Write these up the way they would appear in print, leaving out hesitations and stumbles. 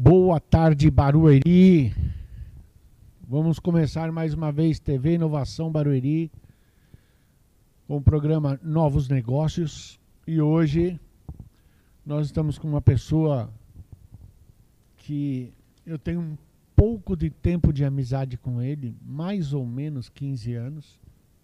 Boa tarde, Barueri. Vamos começar mais uma vez TV Inovação Barueri com o programa Novos Negócios. E hoje nós estamos com uma pessoa que eu tenho um pouco de tempo de amizade com ele, mais ou menos 15 anos.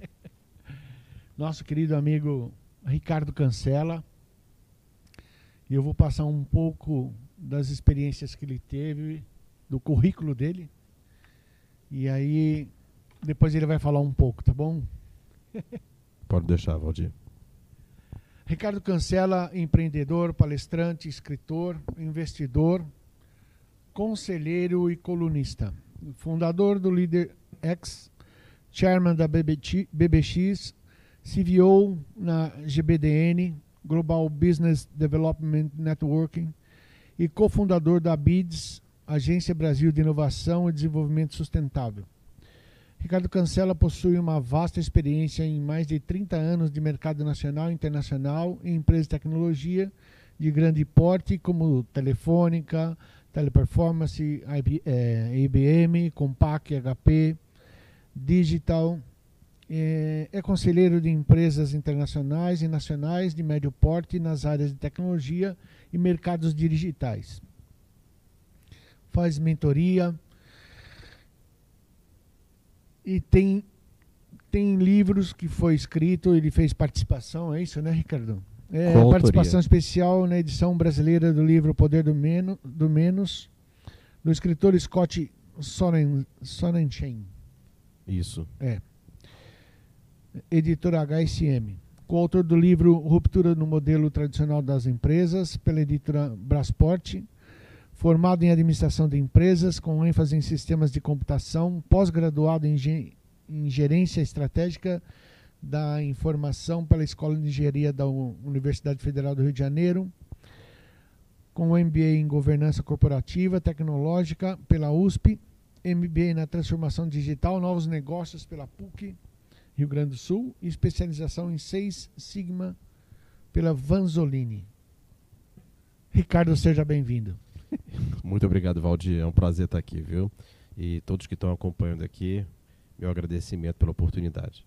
Nosso querido amigo Ricardo Cancela. E eu vou passar um pouco das experiências que ele teve, do currículo dele. E aí, depois ele vai falar um pouco, tá bom? Pode deixar, Valdir. Ricardo Cancela, empreendedor, palestrante, escritor, investidor, conselheiro e colunista. Fundador do Líder X, chairman da BBX, CVO na GBDN, Global Business Development Networking, e cofundador da BIDS, Agência Brasil de Inovação e Desenvolvimento Sustentável. Ricardo Cancela possui uma vasta experiência em mais de 30 anos de mercado nacional e internacional em empresas de tecnologia de grande porte, como Telefônica, Teleperformance, IBM, Compaq, HP, Digital. É conselheiro de empresas internacionais e nacionais de médio porte nas áreas de tecnologia e mercados digitais. Faz mentoria e tem livros que foi escrito, ele fez participação, é isso, né, Ricardo? Participação especial na edição brasileira do livro O Poder do Menos, do escritor Scott Sonnenschein. Isso. Editora HSM. Coautor do livro Ruptura no Modelo Tradicional das Empresas, pela editora Brasport. Formado em Administração de Empresas, com ênfase em Sistemas de Computação. Pós-graduado em Gerência Estratégica da Informação pela Escola de Engenharia da Universidade Federal do Rio de Janeiro. Com MBA em Governança Corporativa Tecnológica pela USP. MBA na Transformação Digital, Novos Negócios pela PUC, Rio Grande do Sul, e especialização em 6 Sigma pela Vanzolini. Ricardo, seja bem-vindo. Muito obrigado, Valdir. É um prazer estar aqui, viu? E todos que estão acompanhando aqui, meu agradecimento pela oportunidade.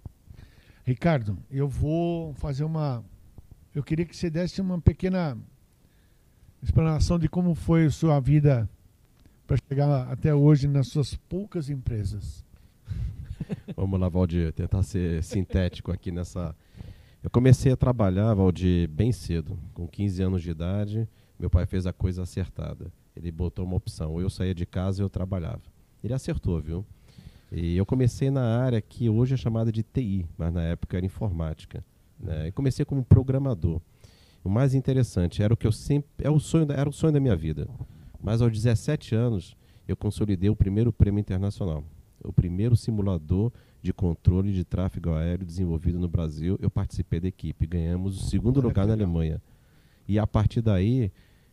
Ricardo, eu vou fazer eu queria que você desse uma pequena explanação de como foi a sua vida para chegar até hoje nas suas poucas empresas. Vamos lá, Valdir, tentar ser sintético aqui nessa... Eu comecei a trabalhar, Valdir, bem cedo, com 15 anos de idade. Meu pai fez a coisa acertada. Ele botou uma opção, ou eu saía de casa ou eu trabalhava. Ele acertou, viu? E eu comecei na área que hoje é chamada de TI, mas na época era informática, né? E comecei como programador. O mais interessante era o que eu sempre... era o sonho da minha vida. Mas aos 17 anos, eu consolidei o primeiro prêmio internacional. O primeiro simulador de controle de tráfego aéreo desenvolvido no Brasil. Eu participei da equipe, ganhamos o segundo lugar na Alemanha. E a partir daí,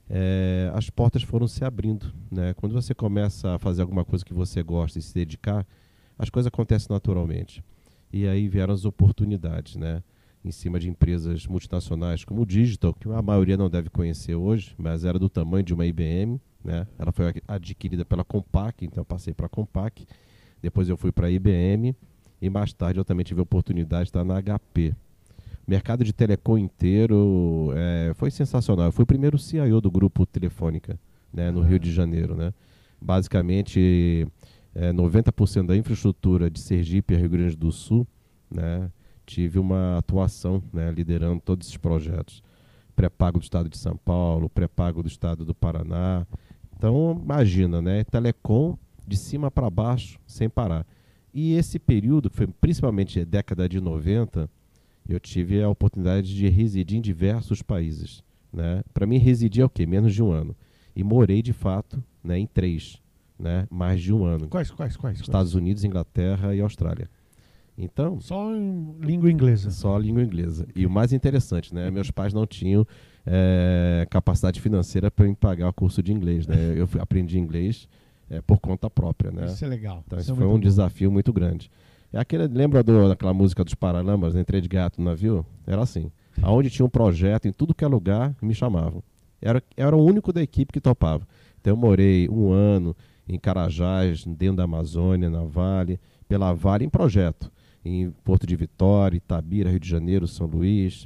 as portas foram se abrindo, né? Quando você começa a fazer alguma coisa que você gosta e se dedicar, as coisas acontecem naturalmente. E aí vieram as oportunidades, né? Em cima de empresas multinacionais como o Digital, que a maioria não deve conhecer hoje, mas era do tamanho de uma IBM, né? Ela foi adquirida pela Compaq, então eu passei para a Compaq. Depois eu fui para a IBM e mais tarde eu também tive a oportunidade de estar na HP. O mercado de telecom inteiro foi sensacional. Eu fui o primeiro CIO do grupo Telefônica, né, no Rio de Janeiro, né? Basicamente, 90% da infraestrutura de Sergipe e Rio Grande do Sul, né, tive uma atuação, né, liderando todos esses projetos. Pré-pago do estado de São Paulo, pré-pago do estado do Paraná. Então, imagina, né, telecom de cima para baixo, sem parar. E esse período, que foi principalmente a década de 90, eu tive a oportunidade de residir em diversos países, né? Para mim, residir é o quê? Menos de um ano. E morei, de fato, né, em 3, né, mais de um ano. Quais? Estados Unidos, Inglaterra e Austrália. Então, só em língua inglesa. Só língua inglesa. E o mais interessante, né? Meus pais não tinham capacidade financeira para me pagar o curso de inglês, né? Eu aprendi inglês por conta própria, né? Isso é legal. Então, isso foi um desafio muito grande. Lembra daquela música dos Paralamas, Entrei de Gato no Navio? Era assim. Aonde tinha um projeto, em tudo que é lugar, me chamavam. Era o único da equipe que topava. Então eu morei 1 ano em Carajás, dentro da Amazônia, na Vale, pela Vale em projeto, em Porto de Vitória, Itabira, Rio de Janeiro, São Luís,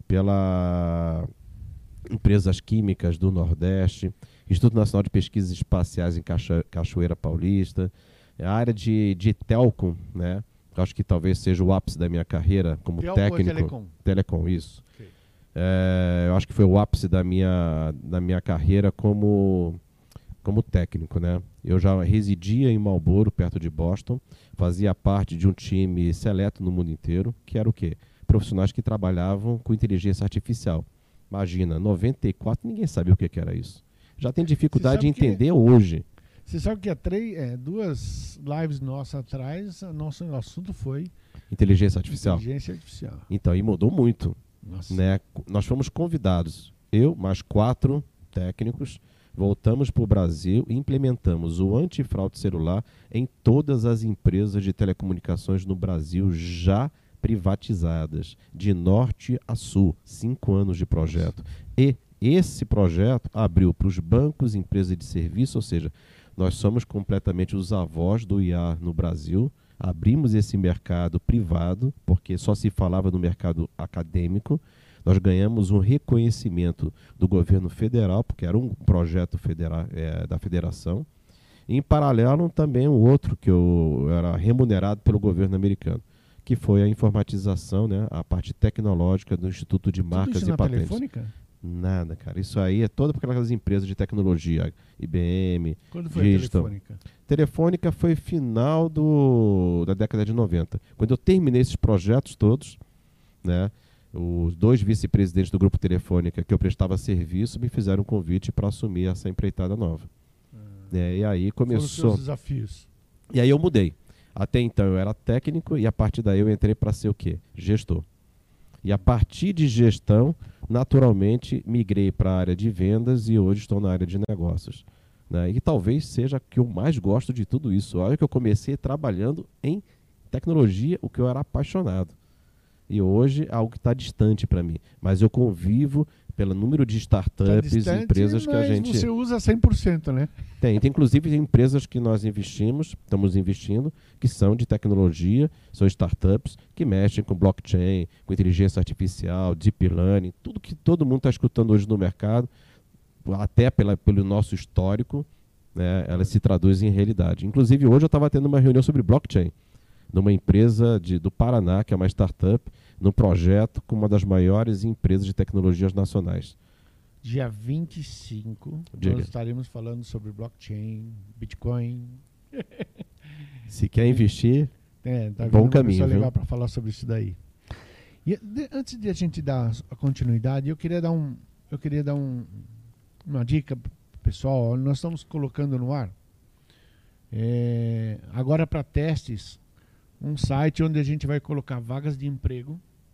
pela Empresas Químicas do Nordeste, Instituto Nacional de Pesquisas Espaciais em Cachoeira Paulista, a área de telcom, né? Acho que talvez seja o ápice da minha carreira como Telco técnico. é telecom? Telecom, isso. Okay. Eu acho que foi o ápice da minha carreira como técnico, né? Eu já residia em Marlborough, perto de Boston, fazia parte de um time seleto no mundo inteiro, que era o quê? Profissionais que trabalhavam com inteligência artificial. Imagina, 94, ninguém sabia o que era isso. Já tem dificuldade de entender hoje. Você sabe que há 2 lives nossas atrás, nosso assunto foi inteligência artificial. Inteligência artificial. Então, e mudou muito. Nossa. Né? Nós fomos convidados, eu mais 4 técnicos, voltamos para o Brasil e implementamos o antifraude celular em todas as empresas de telecomunicações no Brasil já privatizadas, de norte a sul, 5 anos de projeto. E esse projeto abriu para os bancos, empresas de serviço, ou seja, nós somos completamente os avós do IA no Brasil, abrimos esse mercado privado, porque só se falava no mercado acadêmico, nós ganhamos um reconhecimento do governo federal, porque era um projeto da federação, e em paralelo também um outro que eu era remunerado pelo governo americano, que foi a informatização, né, a parte tecnológica do Instituto de Marcas Tudo isso e Patentes. Telefônica? Nada, cara. Isso aí é toda por aquelas empresas de tecnologia, IBM. Quando foi a Telefônica? Telefônica foi final da década de 90. Quando eu terminei esses projetos todos, né, os 2 vice-presidentes do Grupo Telefônica que eu prestava serviço me fizeram um convite para assumir essa empreitada nova. E aí começou... Foram os seus desafios. E aí eu mudei. Até então eu era técnico e a partir daí eu entrei para ser o quê? Gestor. E a partir de gestão, naturalmente, migrei para a área de vendas e hoje estou na área de negócios. Né? E talvez seja o que eu mais gosto de tudo isso. Olha que eu comecei trabalhando em tecnologia, o que eu era apaixonado. E hoje é algo que está distante para mim. Mas eu convivo pelo número de startups, distante, empresas que a gente... você usa 100%, né? Tem inclusive empresas que nós estamos investindo, que são de tecnologia, são startups que mexem com blockchain, com inteligência artificial, deep learning, tudo que todo mundo está escutando hoje no mercado, até pelo nosso histórico, né, elas se traduzem em realidade. Inclusive hoje eu estava tendo uma reunião sobre blockchain, numa empresa do Paraná, que é uma startup, num projeto com uma das maiores empresas de tecnologias nacionais. Dia 25, Diga. nós estaremos falando sobre blockchain, Bitcoin. Se quer investir, tá bom caminho. Legal para falar sobre isso daí. E, antes de a gente dar a continuidade, eu queria dar uma dica pro pessoal. Nós estamos colocando no ar, agora para testes, um site onde a gente vai colocar vagas de emprego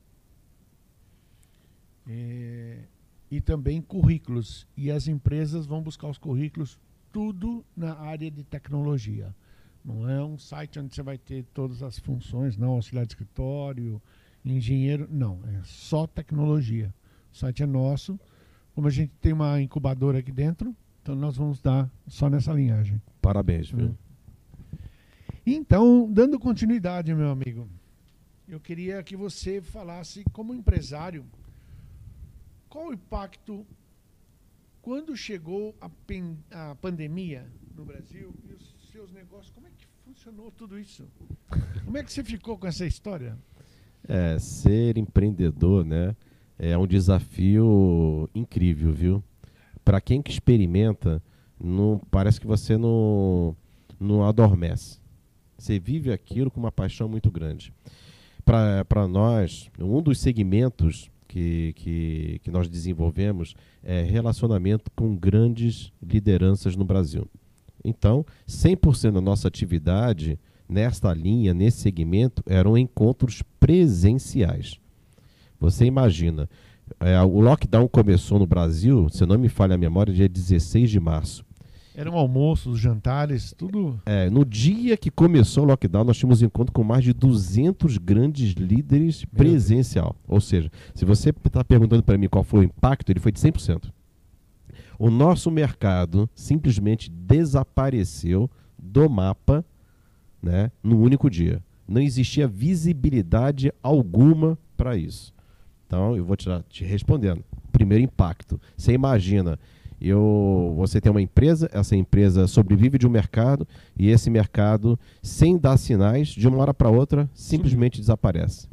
e também currículos. E as empresas vão buscar os currículos tudo na área de tecnologia. Não é um site onde você vai ter todas as funções, não, auxiliar de escritório, engenheiro, não, é só tecnologia. O site é nosso, como a gente tem uma incubadora aqui dentro, então nós vamos dar só nessa linhagem. Parabéns, viu? Então, dando continuidade, meu amigo, eu queria que você falasse, como empresário, qual o impacto quando chegou a pandemia no Brasil e os seus negócios, como é que funcionou tudo isso? Como é que você ficou com essa história? Ser empreendedor, né, é um desafio incrível, viu? Para quem que experimenta, parece que você não adormece. Você vive aquilo com uma paixão muito grande. Para nós, um dos segmentos que nós desenvolvemos é relacionamento com grandes lideranças no Brasil. Então, 100% da nossa atividade nesta linha, nesse segmento, eram encontros presenciais. Você imagina, o lockdown começou no Brasil, se não me falha a memória, dia 16 de março. Eram almoços, jantares, tudo... No dia que começou o lockdown, nós tínhamos encontro com mais de 200 grandes líderes presencial. Ou seja, se você está perguntando para mim qual foi o impacto, ele foi de 100%. O nosso mercado simplesmente desapareceu do mapa, né, num único dia. Não existia visibilidade alguma para isso. Então, eu vou te respondendo. Primeiro impacto. Você imagina, você tem uma empresa, essa empresa sobrevive de um mercado, e esse mercado, sem dar sinais, de uma hora para outra, simplesmente desaparece.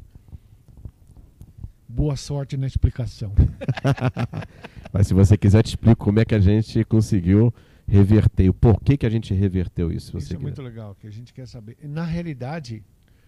Boa sorte na explicação. Mas se você quiser, te explico como é que a gente conseguiu reverter, o porquê que a gente reverteu isso. Se você Isso é muito legal, que a gente quer saber. Na realidade,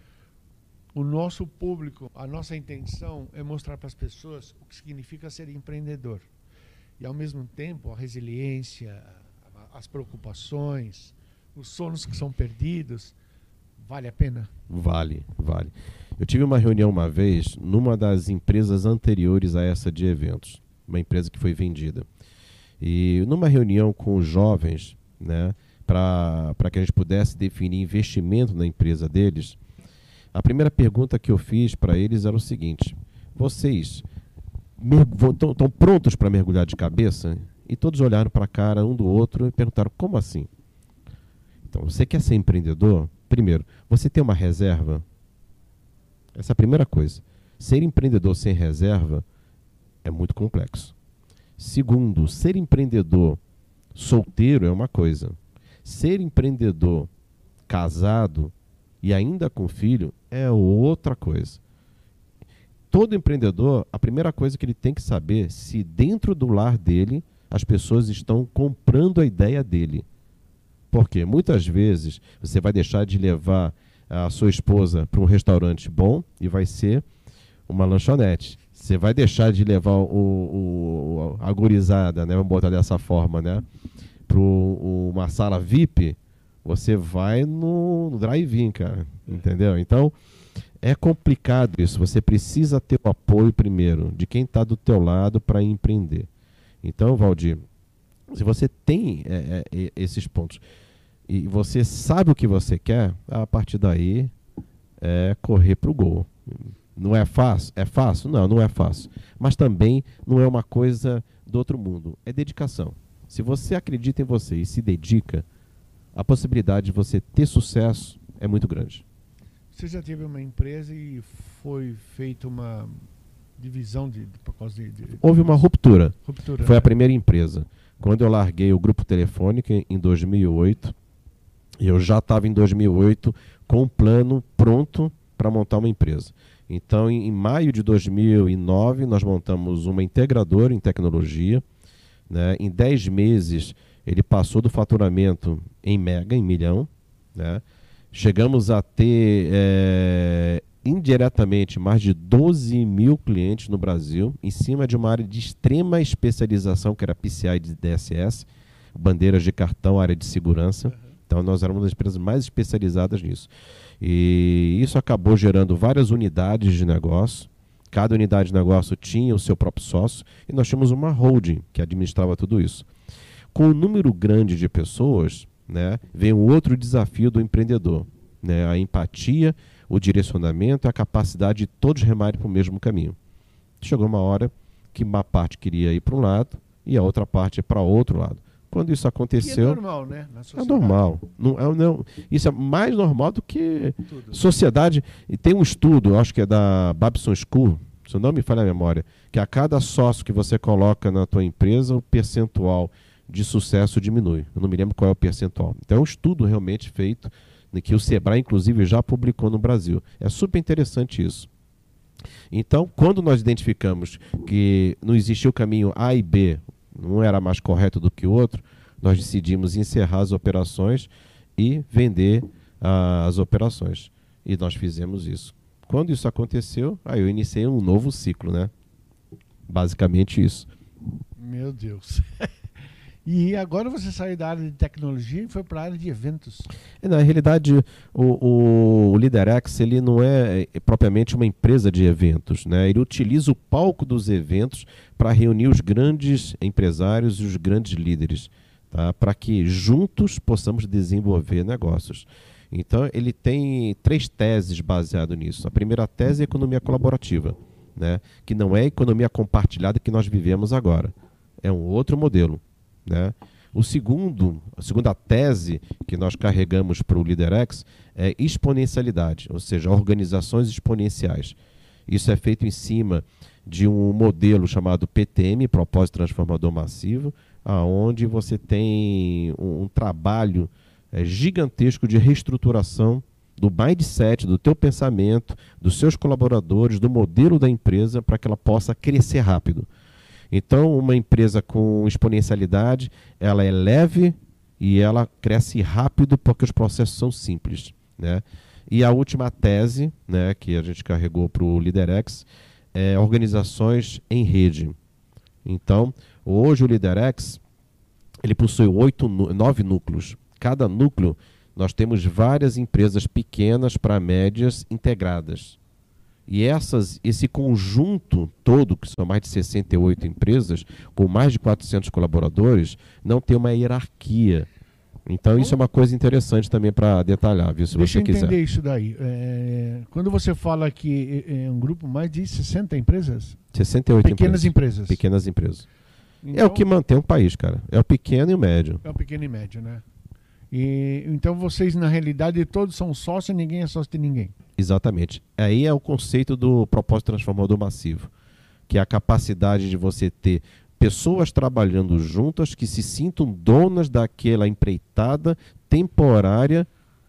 o nosso público, a nossa intenção é mostrar para as pessoas o que significa ser empreendedor. E, ao mesmo tempo, a resiliência, as preocupações, os sonhos que são perdidos, vale a pena? Vale, vale. Eu tive uma reunião uma vez numa das empresas anteriores a essa de eventos, uma empresa que foi vendida. E numa reunião com os jovens, né, para que a gente pudesse definir investimento na empresa deles, a primeira pergunta que eu fiz para eles era o seguinte: vocês estão prontos para mergulhar de cabeça? E todos olharam para a cara um do outro e perguntaram: como assim? Então, você quer ser empreendedor? Primeiro, você tem uma reserva? Essa é a primeira coisa. Ser empreendedor sem reserva é muito complexo. Segundo, ser empreendedor solteiro é uma coisa. Ser empreendedor casado e ainda com filho é outra coisa. Todo empreendedor, a primeira coisa que ele tem que saber é se dentro do lar dele as pessoas estão comprando a ideia dele. Porque muitas vezes você vai deixar de levar a sua esposa para um restaurante bom e vai ser uma lanchonete. Você vai deixar de levar a gurizada, né, vamos botar dessa forma, né, para uma sala VIP, você vai no drive-in, cara, entendeu? Então, é complicado isso. Você precisa ter o apoio primeiro de quem está do teu lado para empreender. Então, Valdir, se você tem esses pontos e você sabe o que você quer, a partir daí é correr para o gol. Não é fácil? É fácil? Não, não é fácil. Mas também não é uma coisa do outro mundo. É dedicação. Se você acredita em você e se dedica, a possibilidade de você ter sucesso é muito grande. Você já teve uma empresa e foi feita uma divisão por causa Houve uma ruptura. Foi né? a primeira empresa. Quando eu larguei o Grupo Telefônica em 2008, eu já estava em 2008 com um plano pronto para montar uma empresa. Então, em maio de 2009, nós montamos uma integradora em tecnologia, né? Em 10 meses, ele passou do faturamento em milhão, né? Chegamos a ter indiretamente mais de 12 mil clientes no Brasil, em cima de uma área de extrema especialização, que era PCI de DSS, bandeiras de cartão, área de segurança. Então, nós éramos uma das empresas mais especializadas nisso. E isso acabou gerando várias unidades de negócio. Cada unidade de negócio tinha o seu próprio sócio. E nós tínhamos uma holding que administrava tudo isso. Com um número grande de pessoas, né, vem um outro desafio do empreendedor, né, a empatia, o direcionamento e a capacidade de todos remarem para o mesmo caminho. Chegou uma hora que uma parte queria ir para um lado e a outra parte para outro lado. Quando isso aconteceu... é normal, né? Na sociedade. É normal. Isso é mais normal do que tudo. Sociedade. E tem um estudo, acho que é da Babson School, se não me falha a memória, que a cada sócio que você coloca na tua empresa, o percentual de sucesso diminui. Eu não me lembro qual é o percentual. Então é um estudo realmente feito, que o Sebrae, inclusive, já publicou no Brasil. É super interessante isso. Então, quando nós identificamos que não existia o caminho A e B, não era mais correto do que o outro, nós decidimos encerrar as operações e vender as operações. E nós fizemos isso. Quando isso aconteceu, aí eu iniciei um novo ciclo, né? Basicamente isso. Meu Deus. E agora você saiu da área de tecnologia e foi para a área de eventos. Na realidade, o LeaderX, ele não é propriamente uma empresa de eventos, né? Ele utiliza o palco dos eventos para reunir os grandes empresários e os grandes líderes, tá? Para que juntos possamos desenvolver negócios. Então, ele tem 3 teses baseadas nisso. A primeira tese é a economia colaborativa, né? Que não é a economia compartilhada que nós vivemos agora. É um outro modelo. né? A segunda tese que nós carregamos para o LeaderX é exponencialidade, ou seja, organizações exponenciais. Isso é feito em cima de um modelo chamado PTM, Propósito Transformador Massivo, aonde você tem um trabalho gigantesco de reestruturação do mindset, do teu pensamento, dos seus colaboradores, do modelo da empresa, para que ela possa crescer rápido. Então, uma empresa com exponencialidade, ela é leve e ela cresce rápido porque os processos são simples, né? E a última tese, né, que a gente carregou para o LeaderX é organizações em rede. Então, hoje o LeaderX ele possui 9 núcleos. Cada núcleo, nós temos várias empresas pequenas para médias integradas. E esse conjunto todo, que são mais de 68 empresas, com mais de 400 colaboradores, não tem uma hierarquia. Então, isso é uma coisa interessante também para detalhar, viu, se Deixa você quiser. Deixa eu entender isso daí. Quando você fala que é um grupo mais de 60 empresas? 68 pequenas empresas. Pequenas empresas. Então, é o que mantém o país, cara. É o pequeno e o médio. É o pequeno e médio, né? Então, vocês, na realidade, todos são sócios e ninguém é sócio de ninguém. Exatamente. Aí é o conceito do propósito transformador massivo, que é a capacidade de você ter pessoas trabalhando juntas que se sintam donas daquela empreitada temporária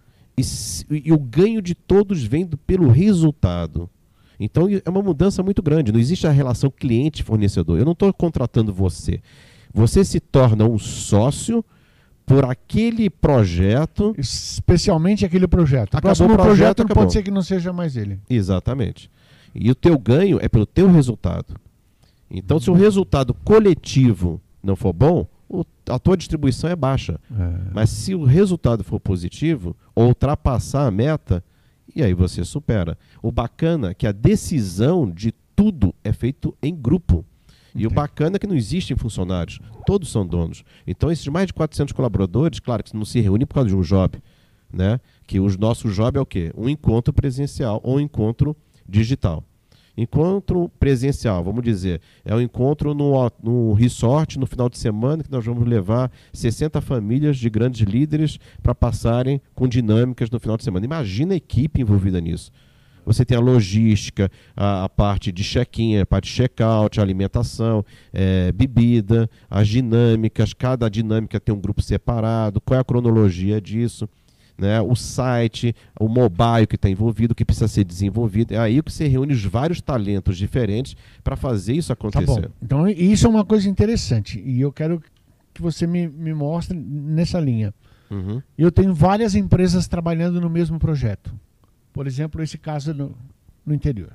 e o ganho de todos vem pelo resultado. Então é uma mudança muito grande. Não existe a relação cliente-fornecedor. Eu não estou contratando você. Você se torna um sócio por aquele projeto. Especialmente aquele projeto. O Acabou próximo projeto acabou. Pode ser que não seja mais ele. Exatamente. E o teu ganho é pelo teu resultado. Então, se o resultado coletivo não for bom, a tua distribuição é baixa. Mas se o resultado for positivo, ou ultrapassar a meta, e aí você supera. O bacana é que a decisão de tudo é feito em grupo. E o bacana é que não existem funcionários, todos são donos. Então, esses mais de 400 colaboradores, claro que não se reúnem por causa de um job, né? Que o nosso job é o quê? Um encontro presencial ou um encontro digital. Encontro presencial, vamos dizer, é um encontro no resort no final de semana que nós vamos levar 60 famílias de grandes líderes para passarem com dinâmicas no final de semana. Imagina a equipe envolvida nisso. Você tem a logística, a parte de check-in, a parte de check-out, a alimentação, bebida, as dinâmicas, cada dinâmica tem um grupo separado, qual é a cronologia disso, né? O site, o mobile que está envolvido, que precisa ser desenvolvido. É aí que você reúne os vários talentos diferentes para fazer isso acontecer. Tá bom. Então isso é uma coisa interessante e eu quero que você me mostre nessa linha. Uhum. Eu tenho várias empresas trabalhando no mesmo projeto. Por exemplo, esse caso no interior.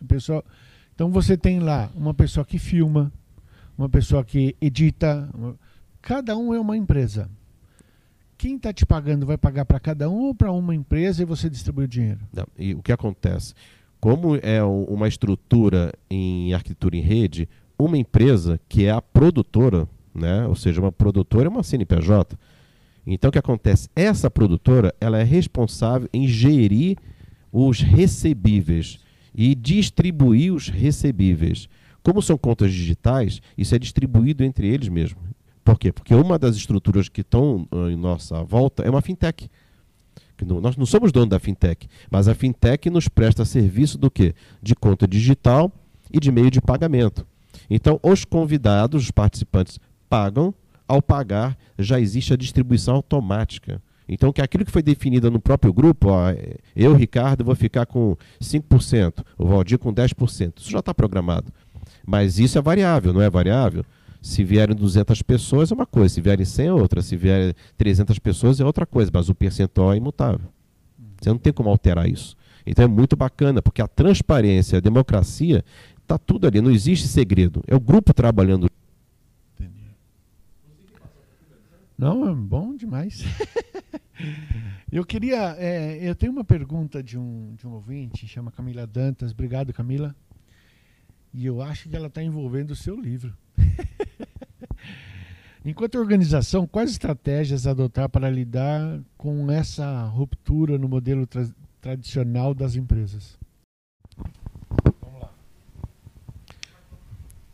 Então você tem lá uma pessoa que filma, uma pessoa que edita, cada um é uma empresa. Quem está te pagando vai pagar para cada um ou para uma empresa e você distribui o dinheiro? Não, e o que acontece? Como é uma estrutura em arquitetura em rede, uma empresa que é a produtora, né? Ou seja, uma produtora é uma CNPJ. Então o que acontece? Essa produtora ela é responsável em gerir os recebíveis e distribuir os recebíveis. Como são contas digitais, isso é distribuído entre eles mesmos. Por quê? Porque uma das estruturas que estão em nossa volta é uma fintech. Nós não somos dono da fintech, mas a fintech nos presta serviço do quê? De conta digital e de meio de pagamento. Então, os convidados, os participantes, pagam. Ao pagar, já existe a distribuição automática. Então, que aquilo que foi definido no próprio grupo, eu, Ricardo, vou ficar com 5%, o Valdir com 10%. Isso já está programado. Mas isso é variável, não é variável? Se vierem 200 pessoas é uma coisa, se vierem 100 é outra, se vierem 300 pessoas é outra coisa, mas o percentual é imutável. Você não tem como alterar isso. Então é muito bacana, porque a transparência, a democracia, está tudo ali, não existe segredo. É o grupo trabalhando. Entendi. Não, é bom demais. Eu tenho uma pergunta de um ouvinte, chama Camila Dantas. Obrigado, Camila. E eu acho que ela está envolvendo o seu livro. Enquanto organização, quais estratégias adotar para lidar com essa ruptura no modelo tradicional das empresas? Vamos lá.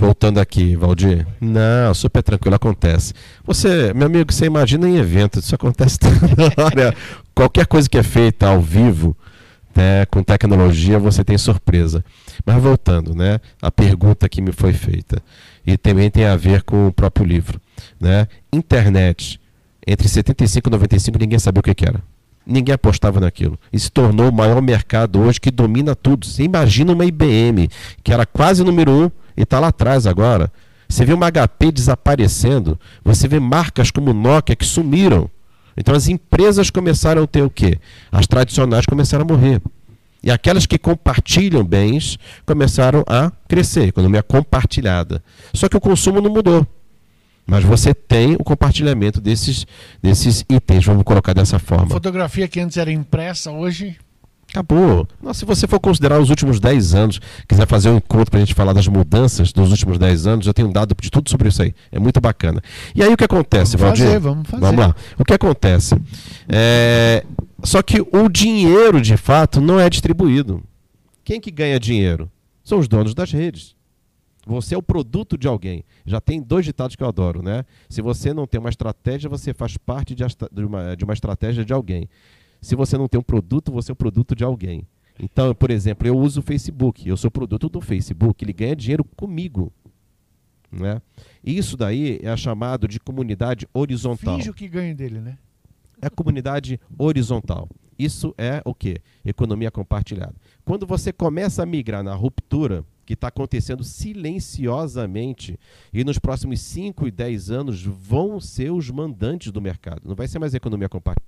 Voltando aqui, Valdir. Não, super tranquilo, acontece. Você, meu amigo, você imagina em evento, isso acontece toda hora. Qualquer coisa que é feita ao vivo, né, com tecnologia, você tem surpresa. Mas voltando, né, a pergunta que me foi feita, e também tem a ver com o próprio livro, né? Internet, entre 75 e 95, ninguém sabia o que era. Ninguém apostava naquilo. E se tornou o maior mercado hoje que domina tudo. Você imagina uma IBM, que era quase número 1 e está lá atrás agora. Você vê uma HP desaparecendo, você vê marcas como Nokia que sumiram. Então as empresas começaram a ter o quê? As tradicionais começaram a morrer. E aquelas que compartilham bens começaram a crescer, economia compartilhada. Só que o consumo não mudou. Mas você tem o compartilhamento desses itens, vamos colocar dessa forma. A fotografia que antes era impressa, hoje... Acabou. Nossa, se você for considerar os últimos 10 anos, quiser fazer um encontro para a gente falar das mudanças dos últimos 10 anos, eu tenho um dado de tudo sobre isso aí. É muito bacana. E aí o que acontece, Valdir? Vamos fazer. Vamos lá. O que acontece? Só que o dinheiro, de fato, não é distribuído. Quem que ganha dinheiro? São os donos das redes. Você é o produto de alguém. Já tem 2 ditados que eu adoro, né? Se você não tem uma estratégia, você faz parte de uma estratégia de alguém. Se você não tem um produto, você é o produto de alguém. Então, por exemplo, eu uso o Facebook. Eu sou produto do Facebook. Ele ganha dinheiro comigo. Né? E isso daí é chamado de comunidade horizontal. Finge o que ganha dele, né? É a comunidade horizontal. Isso é o quê? Economia compartilhada. Quando você começa a migrar na ruptura, que está acontecendo silenciosamente, e nos próximos 5 e 10 anos vão ser os mandantes do mercado. Não vai ser mais economia compartilhada.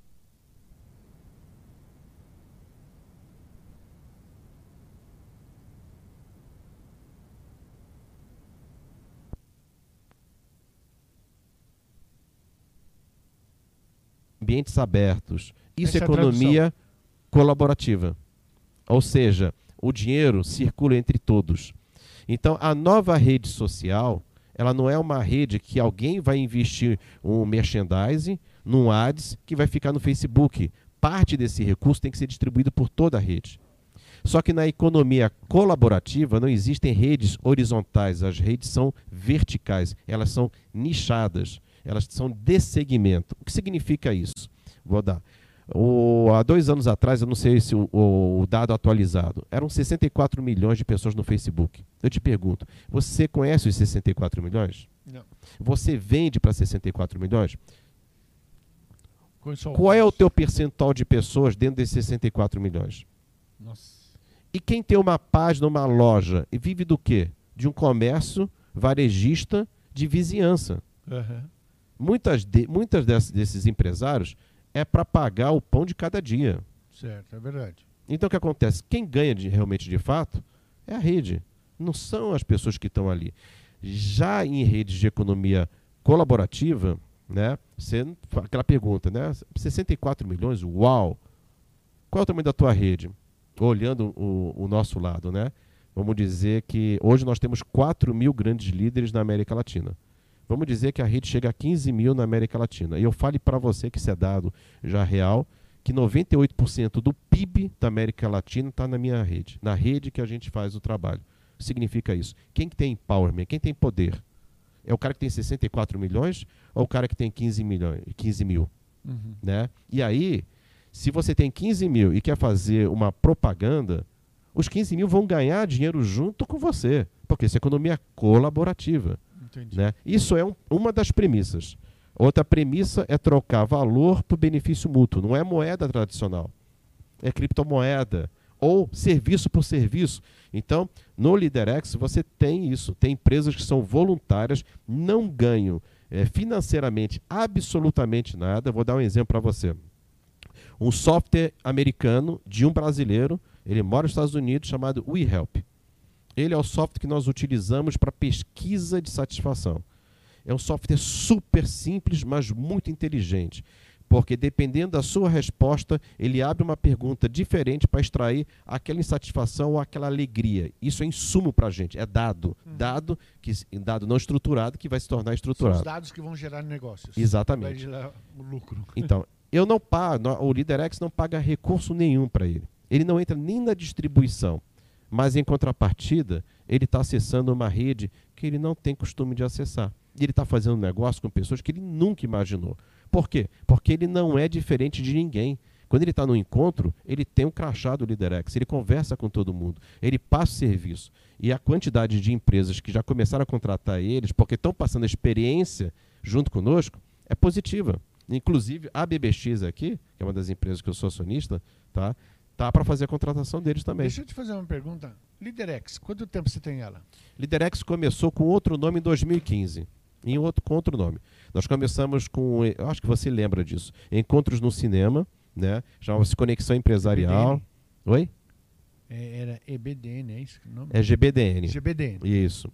Ambientes abertos. Isso é economia colaborativa. Ou seja, o dinheiro circula entre todos. Então, a nova rede social, ela não é uma rede que alguém vai investir um merchandising, num ads, que vai ficar no Facebook. Parte desse recurso tem que ser distribuído por toda a rede. Só que na economia colaborativa não existem redes horizontais, as redes são verticais, elas são nichadas, elas são de segmento. O que significa isso? Vou dar. Há 2 anos atrás, eu não sei se o dado atualizado, eram 64 milhões de pessoas no Facebook. Eu te pergunto, você conhece os 64 milhões? Não. Você vende para 64 milhões? Qual é o teu percentual de pessoas dentro desses 64 milhões? Nossa. E quem tem uma página, uma loja, e vive do quê? De um comércio varejista de vizinhança. Uhum. Muitas desses empresários é para pagar o pão de cada dia. Certo, é verdade. Então o que acontece? Quem ganha realmente de fato é a rede. Não são as pessoas que estão ali. Já em redes de economia colaborativa, né, aquela pergunta, né? 64 milhões, uau! Qual é o tamanho da tua rede? Olhando o nosso lado, né? Vamos dizer que hoje nós temos 4 mil grandes líderes na América Latina. Vamos dizer que a rede chega a 15 mil na América Latina. E eu fale para você que isso é dado já real, que 98% do PIB da América Latina está na minha rede, na rede que a gente faz o trabalho. O que significa isso? Quem que tem empowerment? Quem tem poder? É o cara que tem 64 milhões ou o cara que tem 15 mil? Uhum. Né? E aí, se você tem 15 mil e quer fazer uma propaganda, os 15 mil vão ganhar dinheiro junto com você, porque isso é economia colaborativa. Né? Isso é uma das premissas. Outra premissa é trocar valor por benefício mútuo. Não é moeda tradicional. É criptomoeda ou serviço por serviço. Então, no LeaderX você tem isso. Tem empresas que são voluntárias, não ganham financeiramente absolutamente nada. Vou dar um exemplo para você. Um software americano de um brasileiro, ele mora nos Estados Unidos, chamado WeHelp. Ele é o software que nós utilizamos para pesquisa de satisfação. É um software super simples, mas muito inteligente. Porque dependendo da sua resposta, ele abre uma pergunta diferente para extrair aquela insatisfação ou aquela alegria. Isso é insumo para a gente, é dado. Dado não estruturado que vai se tornar estruturado. São os dados que vão gerar negócios. Exatamente. Vai gerar o lucro. Então, eu não pago, o LeaderX não paga recurso nenhum para ele. Ele não entra nem na distribuição. Mas, em contrapartida, ele está acessando uma rede que ele não tem costume de acessar. E ele está fazendo negócio com pessoas que ele nunca imaginou. Por quê? Porque ele não é diferente de ninguém. Quando ele está no encontro, ele tem um crachá do LeaderX, ele conversa com todo mundo, ele passa o serviço. E a quantidade de empresas que já começaram a contratar eles, porque estão passando a experiência junto conosco, é positiva. Inclusive, a BBX aqui, que é uma das empresas que eu sou acionista, tá para fazer a contratação deles também. Deixa eu te fazer uma pergunta. LeaderX, quanto tempo você tem ela? LeaderX começou com outro nome em 2015. Com outro nome. Nós começamos com, eu acho que você lembra disso, encontros no cinema, né? Chamava-se Conexão Empresarial. EBDN. Oi? Era EBDN, é isso o nome? É GBDN. GBDN. Isso.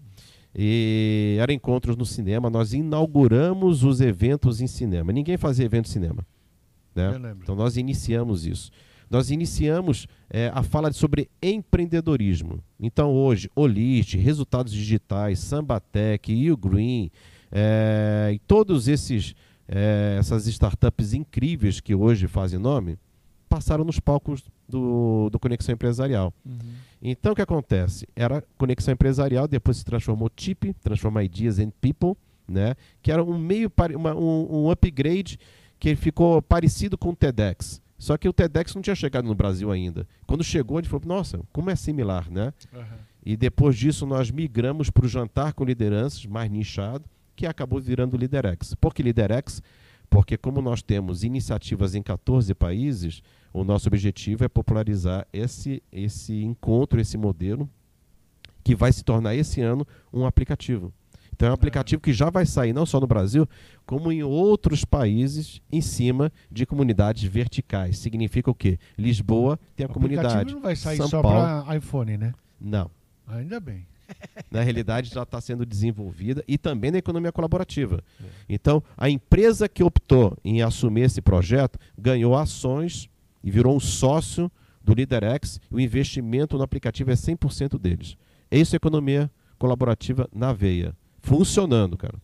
E era encontros no cinema. Nós inauguramos os eventos em cinema. Ninguém fazia evento em cinema, né? Eu lembro. Então nós iniciamos isso. Nós iniciamos a fala sobre empreendedorismo. Então hoje, Olist, Resultados Digitais, Sambatec, YouGreen, e todos essas startups incríveis que hoje fazem nome, passaram nos palcos do Conexão Empresarial. Uhum. Então o que acontece? Era Conexão Empresarial, depois se transformou TIP, transformou Ideas and People, né? Que era um upgrade que ficou parecido com o TEDx. Só que o TEDx não tinha chegado no Brasil ainda. Quando chegou, a gente falou, nossa, como é similar, né? Uhum. E depois disso nós migramos para o Jantar com Lideranças, mais nichado, que acabou virando o LeaderX. Por que LeaderX? Porque como nós temos iniciativas em 14 países, o nosso objetivo é popularizar esse encontro, esse modelo, que vai se tornar esse ano um aplicativo. Então é um aplicativo que já vai sair não só no Brasil, como em outros países em cima de comunidades verticais. Significa o quê? Lisboa tem a comunidade. O aplicativo não vai sair São só Paulo, para iPhone, né? não. Ainda bem. Na realidade, já está sendo desenvolvida e também na economia colaborativa. Então, a empresa que optou em assumir esse projeto ganhou ações e virou um sócio do LeaderX. O investimento no aplicativo é 100% deles. Isso é economia colaborativa na veia. Funcionando, cara.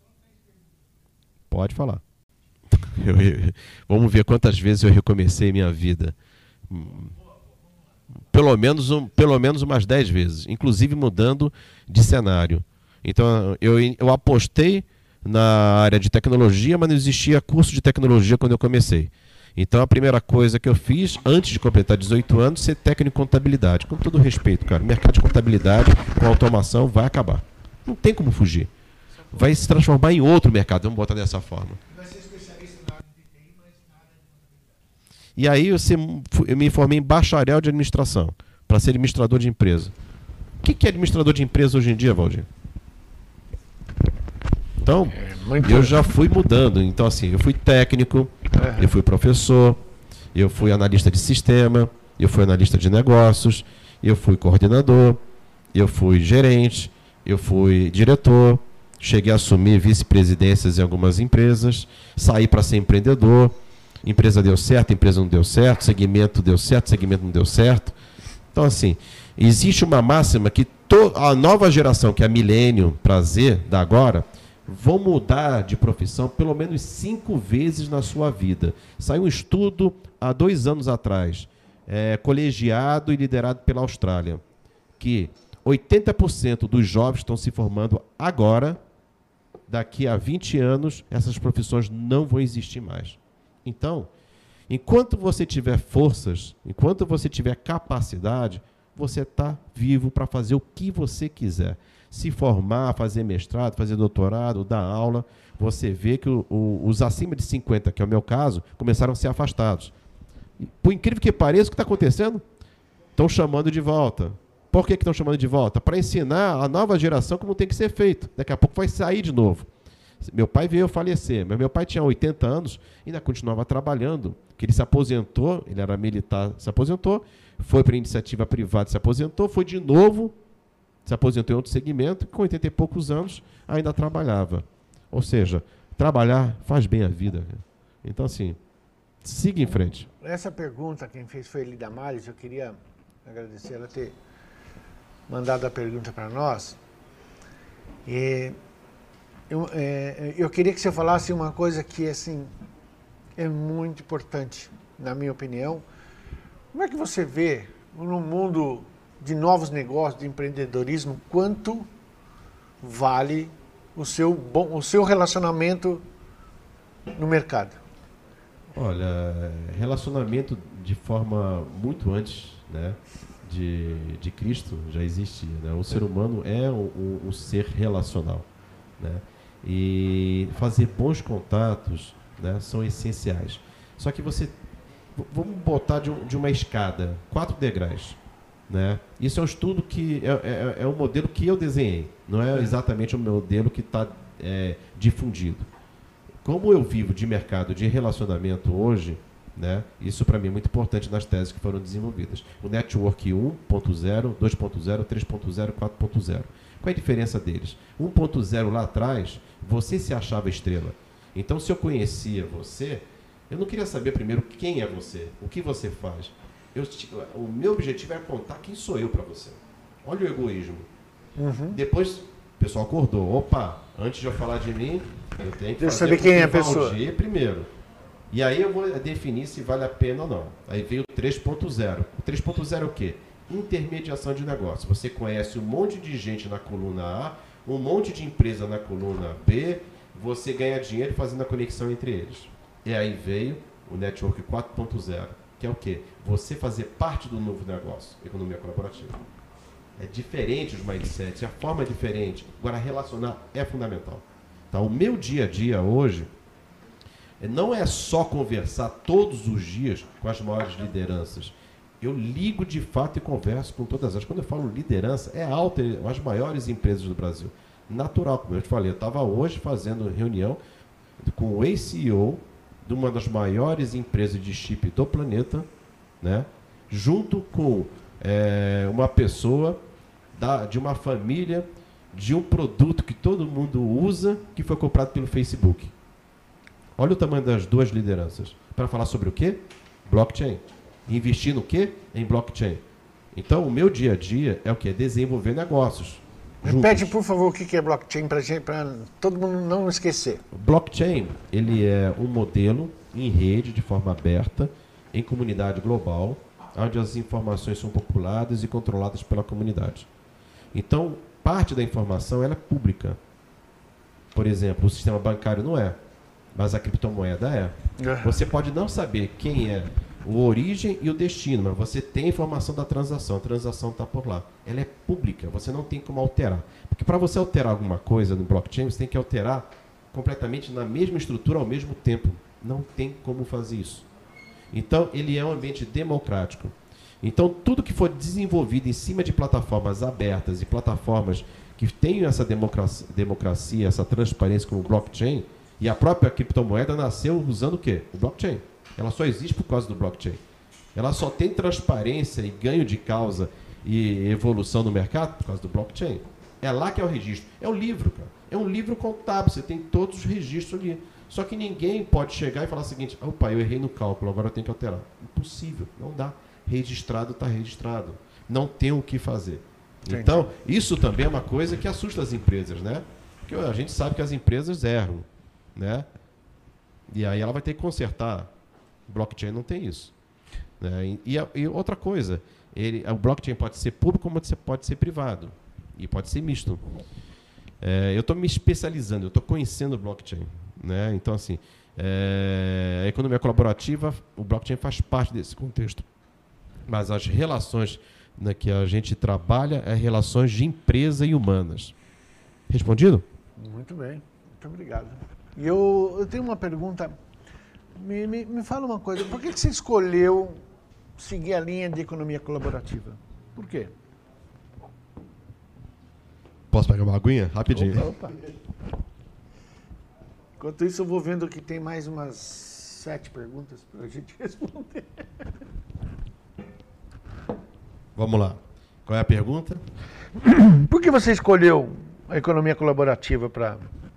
Pode falar. Vamos ver quantas vezes eu recomecei minha vida. Pelo menos umas 10 vezes, inclusive mudando de cenário. Então, eu apostei na área de tecnologia, mas não existia curso de tecnologia quando eu comecei. Então, a primeira coisa que eu fiz, antes de completar 18 anos, ser técnico em contabilidade. Com todo respeito, cara, o mercado de contabilidade com automação vai acabar. Não tem como fugir. Vai se transformar em outro mercado, vamos botar dessa forma. Vai ser especialista na área de TI, mas na área de contabilidade. E aí eu me formei em bacharel de administração, para ser administrador de empresa. O que é administrador de empresa hoje em dia, Valdir? Então, eu já fui mudando. Então, assim, eu fui técnico, eu fui professor, eu fui analista de sistema, eu fui analista de negócios, eu fui coordenador, eu fui gerente, eu fui diretor, cheguei a assumir vice-presidências em algumas empresas, saí para ser empreendedor, empresa deu certo, empresa não deu certo, segmento deu certo, segmento não deu certo. Então, assim, existe uma máxima que a nova geração, que é a milênio para Z da agora, vão mudar de profissão pelo menos 5 vezes na sua vida. Saiu um estudo há 2 anos atrás, colegiado e liderado pela Austrália, que 80% dos jovens estão se formando agora. Daqui a 20 anos, essas profissões não vão existir mais. Então, enquanto você tiver forças, enquanto você tiver capacidade, você está vivo para fazer o que você quiser. Se formar, fazer mestrado, fazer doutorado, dar aula, você vê que os acima de 50, que é o meu caso, começaram a ser afastados. E, por incrível que pareça, o que está acontecendo? Estão chamando de volta. Por que estão chamando de volta? Para ensinar a nova geração como tem que ser feito. Daqui a pouco vai sair de novo. Meu pai veio falecer, mas meu pai tinha 80 anos e ainda continuava trabalhando. Que ele se aposentou, ele era militar, se aposentou, foi para a iniciativa privada, se aposentou, foi de novo, se aposentou em outro segmento, com 80 e poucos anos ainda trabalhava. Ou seja, trabalhar faz bem a vida. Então, assim, siga em frente. Essa pergunta, quem fez foi Elida Mares, eu queria agradecer ela ter mandado a pergunta para nós. Eu queria que você falasse uma coisa que, assim, é muito importante, na minha opinião. Como é que você vê, num mundo de novos negócios, de empreendedorismo, quanto vale o seu relacionamento no mercado? Olha, relacionamento de forma muito antes, né, de Cristo já existia, né? O ser humano é um ser relacional, né? E fazer bons contatos, né, são essenciais. Só que vamos botar de uma escada, 4 degraus, né? Isso é um estudo que é um modelo que eu desenhei, não é exatamente o modelo que está difundido. Como eu vivo de mercado de relacionamento hoje, né, isso para mim é muito importante nas teses que foram desenvolvidas. O Network 1.0, 2.0, 3.0, 4.0. Qual é a diferença deles? 1.0 lá atrás, você se achava estrela. Então, se eu conhecia você, eu não queria saber primeiro quem é você, o que você faz. O meu objetivo era contar quem sou eu para você. Olha o egoísmo. Uhum. Depois, o pessoal acordou. Opa, antes de eu falar de mim, eu tenho que saber quem é a pessoa primeiro. E aí eu vou definir se vale a pena ou não. Aí veio o 3.0. O 3.0 é o quê? Intermediação de negócio. Você conhece um monte de gente na coluna A, um monte de empresa na coluna B, você ganha dinheiro fazendo a conexão entre eles. E aí veio o Network 4.0, que é o quê? Você fazer parte do novo negócio, economia colaborativa. É diferente os mindsets, a forma é diferente. Agora, relacionar é fundamental. Tá? O meu dia a dia hoje não é só conversar todos os dias com as maiores lideranças. Eu ligo de fato e converso com todas elas. Quando eu falo liderança, é alta, as maiores empresas do Brasil. Natural, como eu te falei, eu estava hoje fazendo reunião com o ex-CEO de uma das maiores empresas de chip do planeta, né? Junto com uma pessoa de uma família de um produto que todo mundo usa, que foi comprado pelo Facebook. Olha o tamanho das duas lideranças. Para falar sobre o quê? Blockchain. Investir no quê? Em blockchain. Então, o meu dia a dia é o quê? Desenvolver negócios. Repete, por favor, o que é blockchain para todo mundo não esquecer. Blockchain, ele é um modelo em rede, de forma aberta, em comunidade global, onde as informações são populadas e controladas pela comunidade. Então, parte da informação ela é pública. Por exemplo, o sistema bancário não é, mas a criptomoeda é. Você pode não saber quem é a origem e o destino, mas você tem a informação da transação, a transação está por lá. Ela é pública, você não tem como alterar. Porque para você alterar alguma coisa no blockchain, você tem que alterar completamente na mesma estrutura ao mesmo tempo. Não tem como fazer isso. Então, ele é um ambiente democrático. Então, tudo que for desenvolvido em cima de plataformas abertas e plataformas que tenham essa democracia, essa transparência como o blockchain, e a própria criptomoeda nasceu usando o quê? O blockchain. Ela só existe por causa do blockchain. Ela só tem transparência e ganho de causa e evolução no mercado por causa do blockchain. É lá que é o registro. É um livro, cara. É um livro contábil. Você tem todos os registros ali. Só que ninguém pode chegar e falar o seguinte: opa, eu errei no cálculo, agora eu tenho que alterar. Impossível, não dá. Registrado está registrado. Não tem o que fazer. Entendi. Então, isso também é uma coisa que assusta as empresas, né? Porque a gente sabe que as empresas erram, né? E aí ela vai ter que consertar. O blockchain não tem isso. Né? E outra coisa, o blockchain pode ser público como pode ser privado. E pode ser misto. Eu estou me especializando, eu estou conhecendo o blockchain. Né? Então, assim, a economia colaborativa, o blockchain faz parte desse contexto. Mas as relações que a gente trabalha é relações de empresa e humanas. Respondido? Muito bem, muito obrigado. E eu tenho uma pergunta. Me fala uma coisa, por que você escolheu seguir a linha de economia colaborativa? Por quê? Posso pegar uma aguinha? Rapidinho. Opa. Enquanto isso, eu vou vendo que tem mais umas 7 perguntas para a gente responder. Vamos lá. Qual é a pergunta? Por que você escolheu a economia colaborativa para...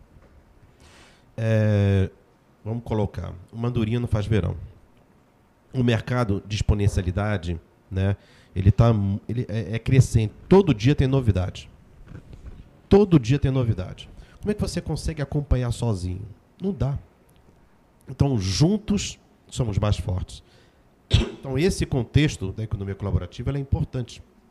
Vamos colocar, uma andorinha não faz verão. O mercado de exponencialidade, né, ele é crescente. Todo dia tem novidade. Todo dia tem novidade. Como é que você consegue acompanhar sozinho? Não dá. Então, juntos, somos mais fortes. Então, esse contexto da economia colaborativa é importante.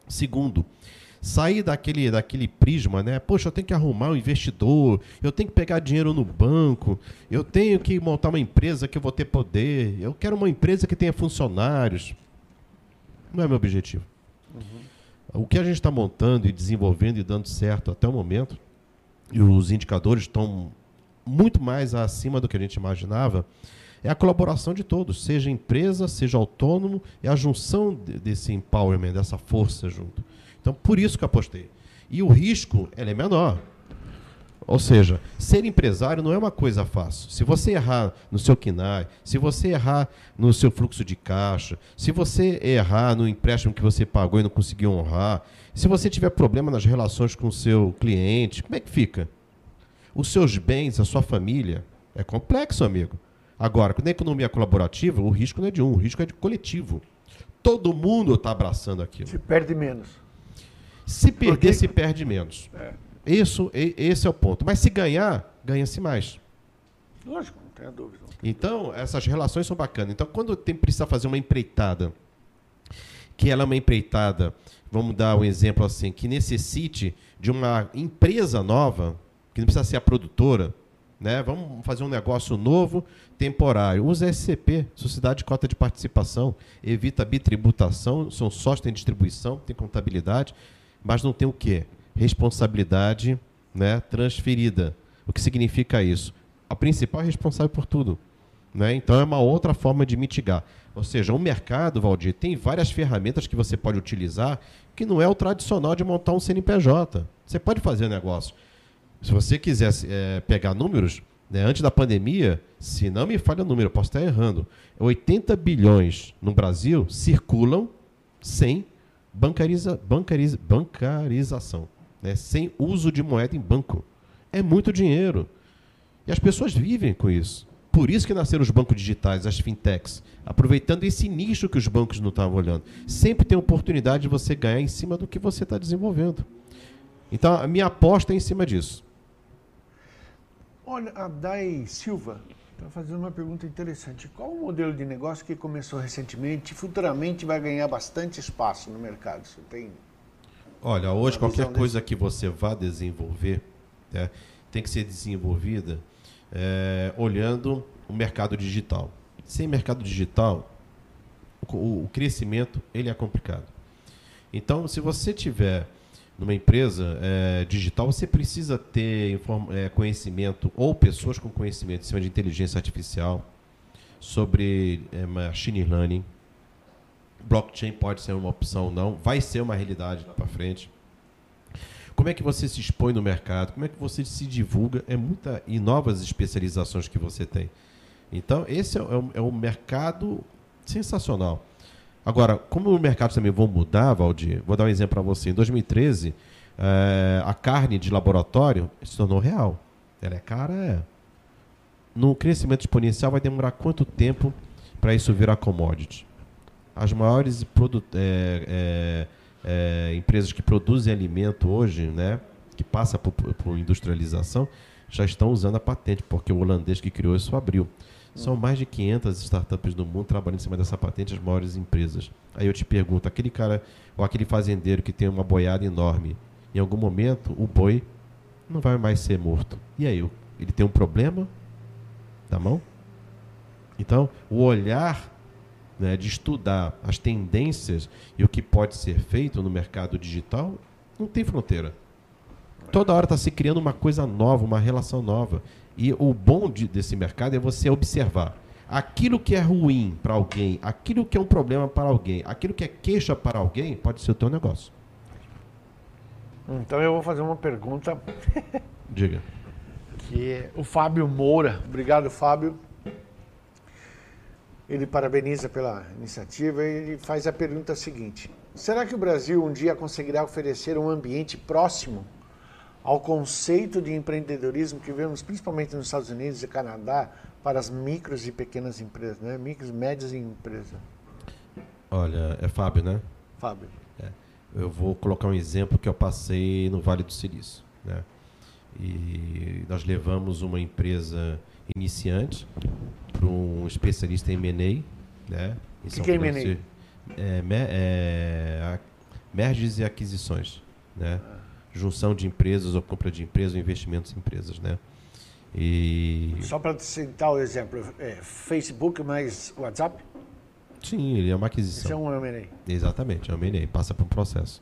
Segundo, sair daquele prisma, né? Poxa, eu tenho que arrumar um investidor, eu tenho que pegar dinheiro no banco, eu tenho que montar uma empresa que eu vou ter poder, eu quero uma empresa que tenha funcionários. Não é meu objetivo. O que a gente está montando e desenvolvendo e dando certo até o momento, e os indicadores estão muito mais acima do que a gente imaginava, é a colaboração de todos, seja empresa, seja autônomo, é a junção desse empowerment, dessa força junto. Então, por isso que eu apostei. E o risco, ele é menor. Ou seja, ser empresário não é uma coisa fácil. Se você errar no seu KNAI, se você errar no seu fluxo de caixa, se você errar no empréstimo que você pagou e não conseguiu honrar, se você tiver problema nas relações com o seu cliente, como é que fica? Os seus bens, a sua família, é complexo, amigo. Agora, na economia colaborativa, o risco não é de um, o risco é de coletivo. Todo mundo está abraçando aquilo. Se perde menos. Se perder, se perde menos. Esse é o ponto. Mas se ganhar, ganha-se mais. Lógico, não tenho dúvida. Então, essas relações são bacanas. Então, quando precisa fazer uma empreitada, que ela é uma empreitada, vamos dar um exemplo assim, que necessite de uma empresa nova, que não precisa ser a produtora, né? Vamos fazer um negócio novo, temporário. Usa SCP, Sociedade de Cota de Participação, evita bitributação, são sócios, tem distribuição, tem contabilidade, mas não tem o quê? Responsabilidade, né, transferida. O que significa isso? A principal é responsável por tudo. Né? Então é uma outra forma de mitigar. Ou seja, o mercado, Valdir, tem várias ferramentas que você pode utilizar que não é o tradicional de montar um CNPJ. Você pode fazer negócio. Se você quiser pegar números, né, antes da pandemia, se não me falha o número, eu posso estar errando, 80 bilhões no Brasil circulam sem bancarização, né, sem uso de moeda em banco. É muito dinheiro. E as pessoas vivem com isso. Por isso que nasceram os bancos digitais, as fintechs, aproveitando esse nicho que os bancos não estavam olhando. Sempre tem oportunidade de você ganhar em cima do que você está desenvolvendo. Então, a minha aposta é em cima disso. Olha, a Dai Silva está fazendo uma pergunta interessante. Qual o modelo de negócio que começou recentemente e futuramente vai ganhar bastante espaço no mercado? Você tem... Olha, hoje qualquer coisa que você vá desenvolver, né, tem que ser desenvolvida olhando o mercado digital. Sem mercado digital, o crescimento ele é complicado. Então, se você tiver numa empresa digital, você precisa ter conhecimento ou pessoas com conhecimento em cima de inteligência artificial, sobre machine learning. Blockchain pode ser uma opção ou não, vai ser uma realidade lá para frente. Como é que você se expõe no mercado? Como é que você se divulga? E novas especializações que você tem. Então, esse é um mercado sensacional. Agora, como o mercado também vai mudar, Valdir, vou dar um exemplo para você. Em 2013, a carne de laboratório se tornou real. Ela é cara, No crescimento exponencial vai demorar quanto tempo para isso virar commodity? As maiores empresas que produzem alimento hoje, né, que passa por industrialização, já estão usando a patente, porque o holandês que criou isso abriu. São mais de 500 startups no mundo trabalhando em cima dessa patente, as maiores empresas. Aí eu te pergunto, aquele cara ou aquele fazendeiro que tem uma boiada enorme, em algum momento o boi não vai mais ser morto. E aí, ele tem um problema na mão? Então, o olhar, né, de estudar as tendências e o que pode ser feito no mercado digital não tem fronteira. Toda hora está se criando uma coisa nova, uma relação nova. E o bom desse mercado é você observar aquilo que é ruim para alguém, aquilo que é um problema para alguém, aquilo que é queixa para alguém, pode ser o teu negócio. Então eu vou fazer uma pergunta. Diga. Que é o Fábio Moura. Obrigado, Fábio. Ele parabeniza pela iniciativa e ele faz a pergunta seguinte: será que o Brasil um dia conseguirá oferecer um ambiente próximo ao conceito de empreendedorismo que vemos principalmente nos Estados Unidos e Canadá para as micros e pequenas empresas, né? Micros, médias empresas? Olha, é Fábio, né? Fábio. Eu vou colocar um exemplo que eu passei no Vale do Silício, né? E nós levamos uma empresa iniciante para um especialista em M&A, né? O que é M&A? mergers e aquisições, né? Junção de empresas ou compra de empresas ou investimentos em empresas, né? E... Só para citar o exemplo, Facebook mais WhatsApp? Sim, ele é uma aquisição. Isso é um M&A. Exatamente, é um M&A, passa por um processo.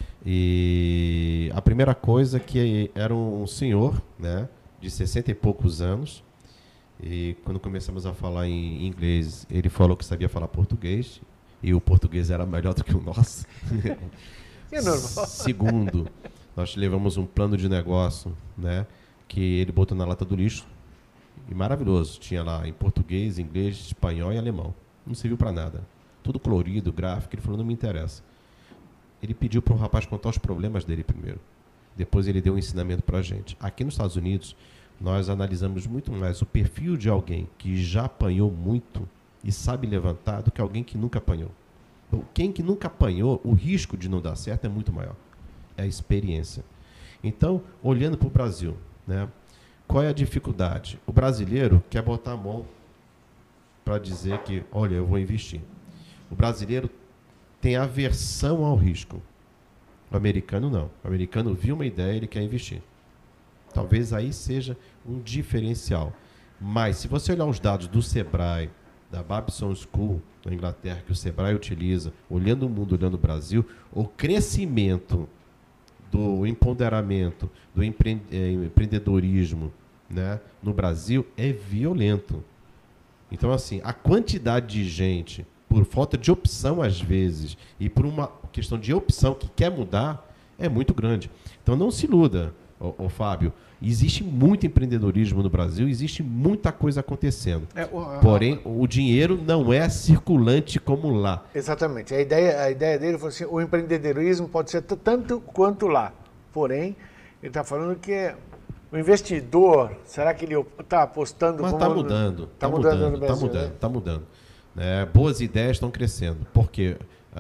E a primeira coisa que era um senhor, né, de 60 e poucos anos, e quando começamos a falar em inglês, ele falou que sabia falar português, e o português era melhor do que o nosso. É normal. Segundo, nós levamos um plano de negócio, né, que ele botou na lata do lixo, e maravilhoso, tinha lá em português, inglês, espanhol e alemão. Não serviu para nada. Tudo colorido, gráfico, ele falou, não me interessa. Ele pediu para o rapaz contar os problemas dele primeiro. Depois ele deu um ensinamento para a gente. Aqui nos Estados Unidos, nós analisamos muito mais o perfil de alguém que já apanhou muito e sabe levantar do que alguém que nunca apanhou. Então, quem que nunca apanhou, o risco de não dar certo é muito maior. É a experiência. Então, olhando para o Brasil, né, qual é a dificuldade? O brasileiro quer botar a mão para dizer que, olha, eu vou investir. O brasileiro tem aversão ao risco. O americano não. O americano viu uma ideia e ele quer investir. Talvez aí seja um diferencial. Mas se você olhar os dados do Sebrae, da Babson School, na Inglaterra, que o Sebrae utiliza, olhando o mundo, olhando o Brasil, o crescimento do empoderamento, do empreendedorismo, né, no Brasil é violento. Então, assim, a quantidade de gente, por falta de opção às vezes, e por uma questão de opção que quer mudar, é muito grande. Então, não se iluda, Fábio. Existe muito empreendedorismo no Brasil, existe muita coisa acontecendo. Porém, o dinheiro não é circulante como lá. Exatamente. A ideia dele foi assim, o empreendedorismo pode ser tanto quanto lá. Porém, ele está falando que o investidor, será que ele está apostando... Mas está mudando. Está mudando no Brasil, está mudando, né? está mudando. Boas ideias estão crescendo. Porque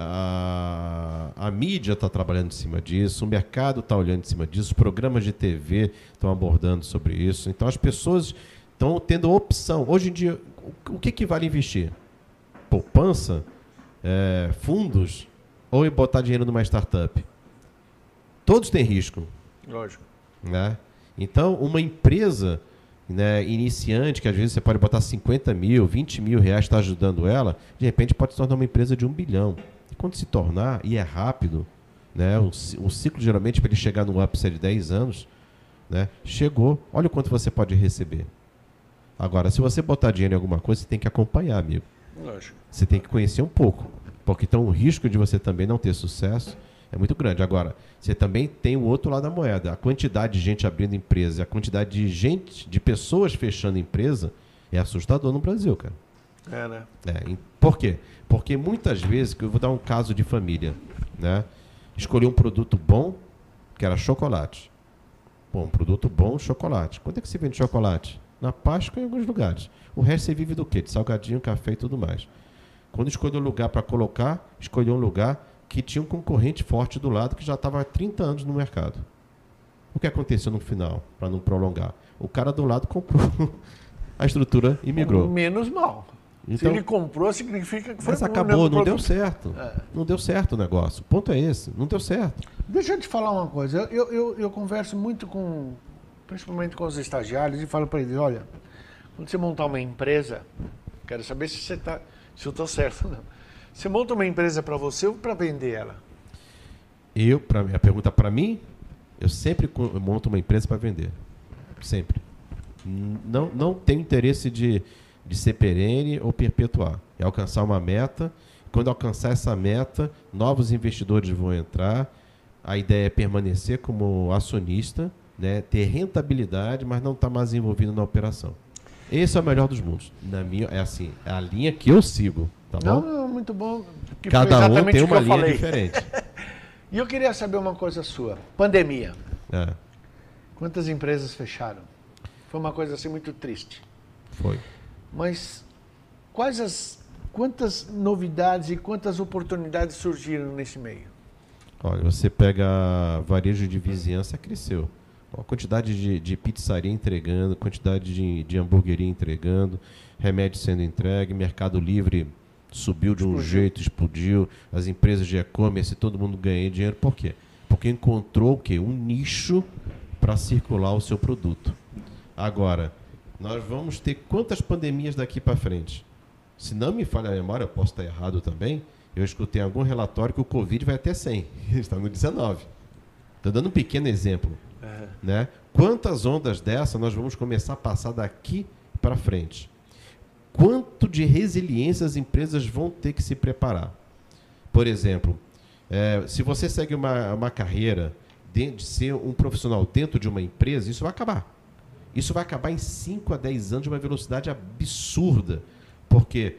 a mídia está trabalhando em cima disso, o mercado está olhando em cima disso, os programas de TV estão abordando sobre isso. Então, as pessoas estão tendo opção. Hoje em dia, o que vale investir? Poupança? Fundos? Ou botar dinheiro numa startup? Todos têm risco. Lógico. Né? Então, uma empresa, né, iniciante, que às vezes você pode botar 50 mil, 20 mil reais, está ajudando ela, de repente pode se tornar uma empresa de 1 bilhão. E quando se tornar, e é rápido, né, um ciclo geralmente para ele chegar no ápice de 10 anos, né, chegou, olha o quanto você pode receber. Agora, se você botar dinheiro em alguma coisa, você tem que acompanhar, amigo. Lógico. Você tem que conhecer um pouco, porque então o risco de você também não ter sucesso é muito grande. Agora, você também tem o outro lado da moeda. A quantidade de gente abrindo empresa, a quantidade de gente, de pessoas fechando empresa, é assustador no Brasil, cara. Né? Por quê? Porque muitas vezes, que eu vou dar um caso de família, né? Escolhi um produto bom, que era chocolate. Bom, um produto bom, chocolate. Quanto é que se vende chocolate? Na Páscoa, em alguns lugares. O resto você vive do quê? De salgadinho, café e tudo mais. Quando escolheu um lugar para colocar, escolheu um lugar que tinha um concorrente forte do lado que já estava há 30 anos no mercado. O que aconteceu no final, para não prolongar? O cara do lado comprou a estrutura e migrou. Menos mal. Então, se ele comprou, significa que foi... Mas acabou, não deu certo. Não deu certo o negócio. O ponto é esse, não deu certo. Deixa eu te falar uma coisa. Eu converso muito com, principalmente com os estagiários, e falo para eles, olha, quando você montar uma empresa, quero saber se eu estou certo ou não. Você monta uma empresa para você ou para vender ela? A pergunta para mim, eu sempre monto uma empresa para vender. Sempre. Não tenho interesse de ser perene ou perpetuar. É alcançar uma meta. Quando alcançar essa meta, novos investidores vão entrar. A ideia é permanecer como acionista, né, ter rentabilidade, mas não estar mais envolvido na operação. Esse é o melhor dos mundos. É a linha que eu sigo. Tá bom? Não, muito bom. Cada um tem uma linha diferente. E eu queria saber uma coisa sua. Pandemia. É. Quantas empresas fecharam? Foi uma coisa assim muito triste. Foi. Mas quantas novidades e quantas oportunidades surgiram nesse meio? Olha, você pega varejo de vizinhança, cresceu. A quantidade de pizzaria entregando, quantidade de hamburgueria entregando, remédio sendo entregue, Mercado Livre subiu de um jeito, explodiu, as empresas de e-commerce, todo mundo ganhou dinheiro. Por quê? Porque encontrou o quê? Um nicho para circular o seu produto. Agora, nós vamos ter quantas pandemias daqui para frente? Se não me falha a memória, eu posso estar errado também, eu escutei em algum relatório que o Covid vai até 100, está no 19. Estou dando um pequeno exemplo. Né? Quantas ondas dessa nós vamos começar a passar daqui para frente? Quanto de resiliência as empresas vão ter que se preparar? Por exemplo, se você segue uma carreira de ser um profissional dentro de uma empresa, isso vai acabar. Isso vai acabar em 5 a 10 anos de uma velocidade absurda, porque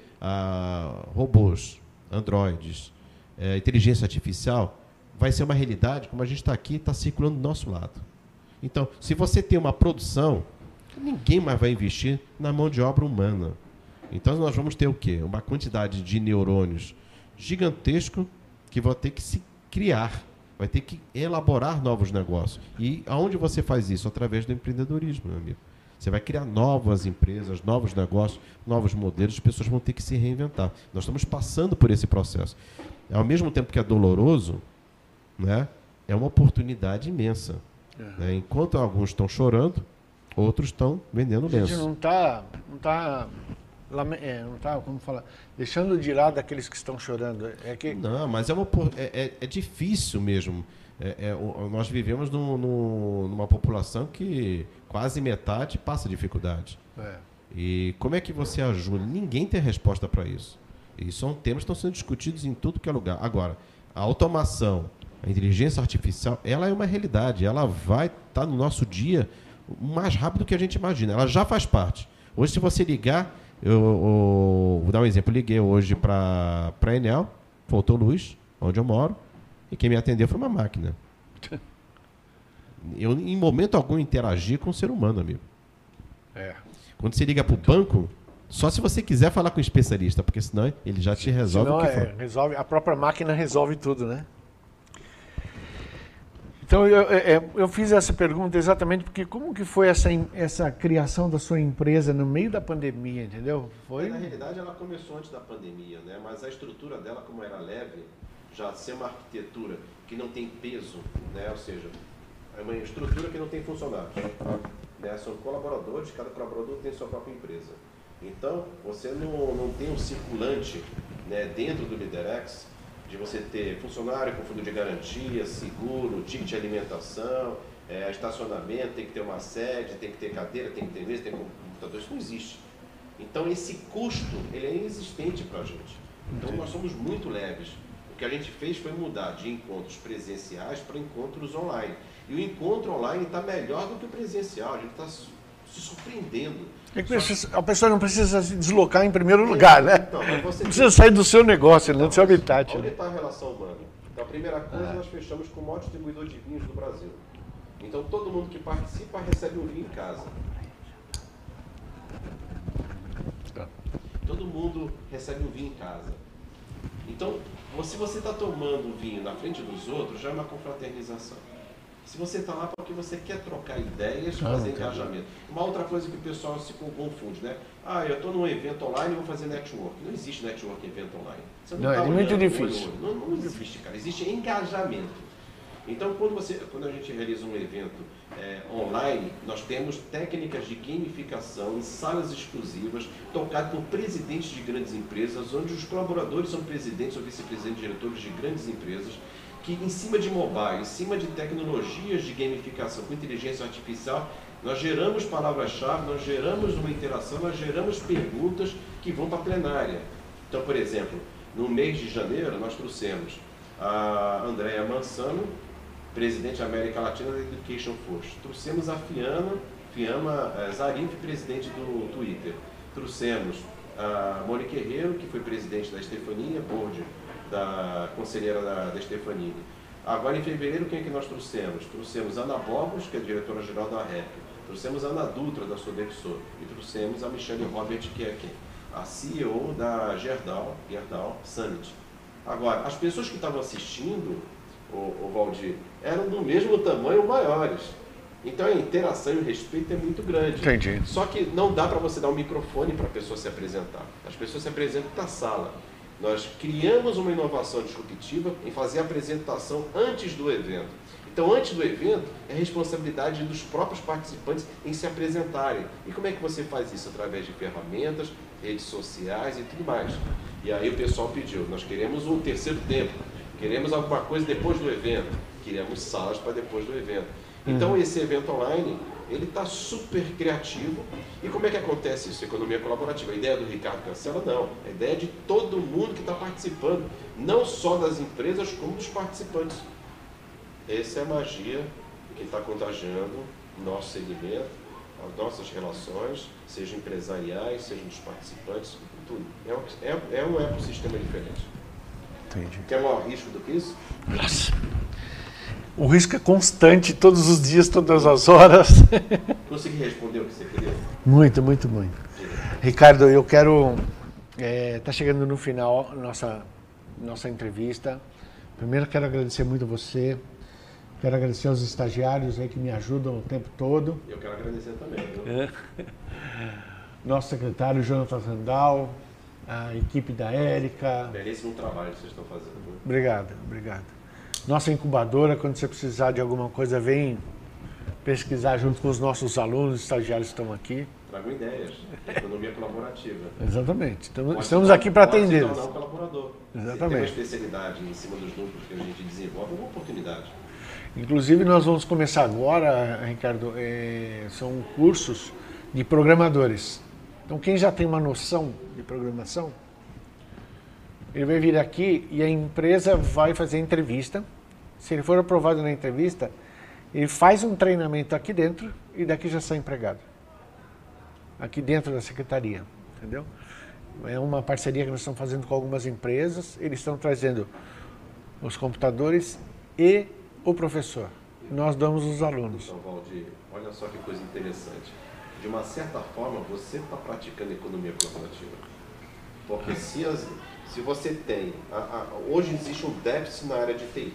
robôs, androides, inteligência artificial vai ser uma realidade, como a gente está aqui, está circulando do nosso lado. Então, se você tem uma produção, ninguém mais vai investir na mão de obra humana. Então, nós vamos ter o quê? Uma quantidade de neurônios gigantesco que vão ter que se criar, vai ter que elaborar novos negócios. E aonde você faz isso? Através do empreendedorismo, meu amigo. Você vai criar novas empresas, novos negócios, novos modelos, as pessoas vão ter que se reinventar. Nós estamos passando por esse processo. Ao mesmo tempo que é doloroso, né, é uma oportunidade imensa. Né? Enquanto alguns estão chorando, outros estão vendendo lenço. A gente não tá, como falar, deixando de lado aqueles que estão chorando. Não, mas é difícil mesmo. Nós vivemos numa população que quase metade passa dificuldade. E como é que você ajuda? Ninguém tem resposta para isso. E são temas que estão sendo discutidos em tudo que é lugar. Agora, a automação, a inteligência artificial, ela é uma realidade. Ela vai estar no nosso dia mais rápido do que a gente imagina. Ela já faz parte. Hoje, se você ligar, vou dar um exemplo. Eu liguei hoje para a Enel, faltou luz, onde eu moro, e quem me atendeu foi uma máquina. Eu, em momento algum, interagi com o ser humano, amigo. Quando você liga para o banco, só se você quiser falar com o especialista, porque senão ele já te resolve o que for. A própria máquina resolve tudo, né? Então, eu fiz essa pergunta exatamente porque como que foi essa criação da sua empresa no meio da pandemia, entendeu? Na realidade, ela começou antes da pandemia, né? Mas a estrutura dela, como era leve, já ser uma arquitetura que não tem peso, né? Ou seja, é uma estrutura que não tem funcionários. Né? São colaboradores, cada colaborador tem sua própria empresa. Então, você não tem um circulante, né, dentro do LeaderX, de você ter funcionário com fundo de garantia, seguro, ticket de alimentação, estacionamento, tem que ter uma sede, tem que ter cadeira, tem que ter mesa, tem computador, isso não existe. Então esse custo, ele é inexistente para a gente. Então nós somos muito leves. O que a gente fez foi mudar de encontros presenciais para encontros online. E o encontro online está melhor do que o presencial, a gente está se surpreendendo. A pessoa não precisa se deslocar em primeiro lugar, né? Então, não precisa sair do seu negócio, do seu habitat. Onde está a relação humana? Então, a primeira coisa, nós fechamos com o maior distribuidor de vinhos do Brasil. Então, todo mundo que participa recebe um vinho em casa. Todo mundo recebe um vinho em casa. Então, se você está tomando vinho na frente dos outros, já é uma confraternização. Se você está lá porque você quer trocar ideias, fazer engajamento. Uma outra coisa que o pessoal se confunde, né? Eu estou num evento online e vou fazer network. Não existe network em evento online. Você não tá é muito difícil. Não existe, cara. Existe engajamento. Então, quando a gente realiza um evento online, nós temos técnicas de gamificação em salas exclusivas, tocadas por presidentes de grandes empresas, onde os colaboradores são presidentes ou vice-presidentes, diretores de grandes empresas, que em cima de mobile, em cima de tecnologias de gamificação com inteligência artificial, nós geramos palavras-chave, nós geramos uma interação, nós geramos perguntas que vão para a plenária. Então, por exemplo, no mês de janeiro, nós trouxemos a Andréa Mansano, presidente da América Latina da Education Force. Trouxemos a Fiamma Zarif, presidente do Twitter. Trouxemos a Mônica Herrero, que foi presidente da Stefania, board da conselheira da Stefanini. Agora, em fevereiro, quem é que nós trouxemos? Trouxemos a Ana Bobos, que é diretora-geral da REP. Trouxemos a Ana Dutra, da Sodexo. E trouxemos a Michelle Robert, que é a CEO da Gerdau Summit. Agora, as pessoas que estavam assistindo, o Valdir, eram do mesmo tamanho ou maiores. Então, a interação e o respeito é muito grande. Entendi. Só que não dá para você dar um microfone para a pessoa se apresentar. As pessoas se apresentam na sala. Nós criamos uma inovação disruptiva em fazer a apresentação antes do evento. Então, antes do evento, é responsabilidade dos próprios participantes em se apresentarem. E como é que você faz isso? Através de ferramentas, redes sociais e tudo mais. E aí o pessoal pediu, nós queremos um terceiro tempo, queremos alguma coisa depois do evento, queremos salas para depois do evento. Então, esse evento online, ele está super criativo. E como é que acontece isso? Economia colaborativa. A ideia do Ricardo Cancela, não. A ideia é de todo mundo que está participando, não só das empresas, como dos participantes. Essa é a magia que está contagiando o nosso segmento, as nossas relações, sejam empresariais, sejam dos participantes, tudo. É um ecossistema diferente. Entendi. Quer maior risco do que isso? Nossa. O risco é constante, todos os dias, todas as horas. Consegui responder o que você queria? Muito, muito, muito. Ricardo, eu quero... Está chegando no final nossa entrevista. Primeiro, quero agradecer muito a você. Quero agradecer aos estagiários aí que me ajudam o tempo todo. Eu quero agradecer também. Viu? Nosso secretário, Jonathan Randall, a equipe da Érica. Belíssimo trabalho que vocês estão fazendo. Viu? Obrigado, obrigado. Nossa incubadora, quando você precisar de alguma coisa, vem pesquisar junto com os nossos alunos, os estagiários que estão aqui. Trago ideias. Economia colaborativa. Exatamente. Estamos aqui para atender. Pode se tornar um colaborador. Exatamente. Se tem uma especialidade em cima dos núcleos que a gente desenvolve, é uma oportunidade. Inclusive, nós vamos começar agora, Ricardo, são cursos de programadores. Então, quem já tem uma noção de programação, ele vai vir aqui e a empresa vai fazer entrevista. Se ele for aprovado na entrevista, ele faz um treinamento aqui dentro e daqui já sai empregado. Aqui dentro da secretaria, entendeu? É uma parceria que nós estamos fazendo com algumas empresas. Eles estão trazendo os computadores e o professor. Nós damos os alunos. Então, Valdir, olha só que coisa interessante. De uma certa forma, você está praticando economia colaborativa. Porque se você tem... hoje existe um déficit na área de TI.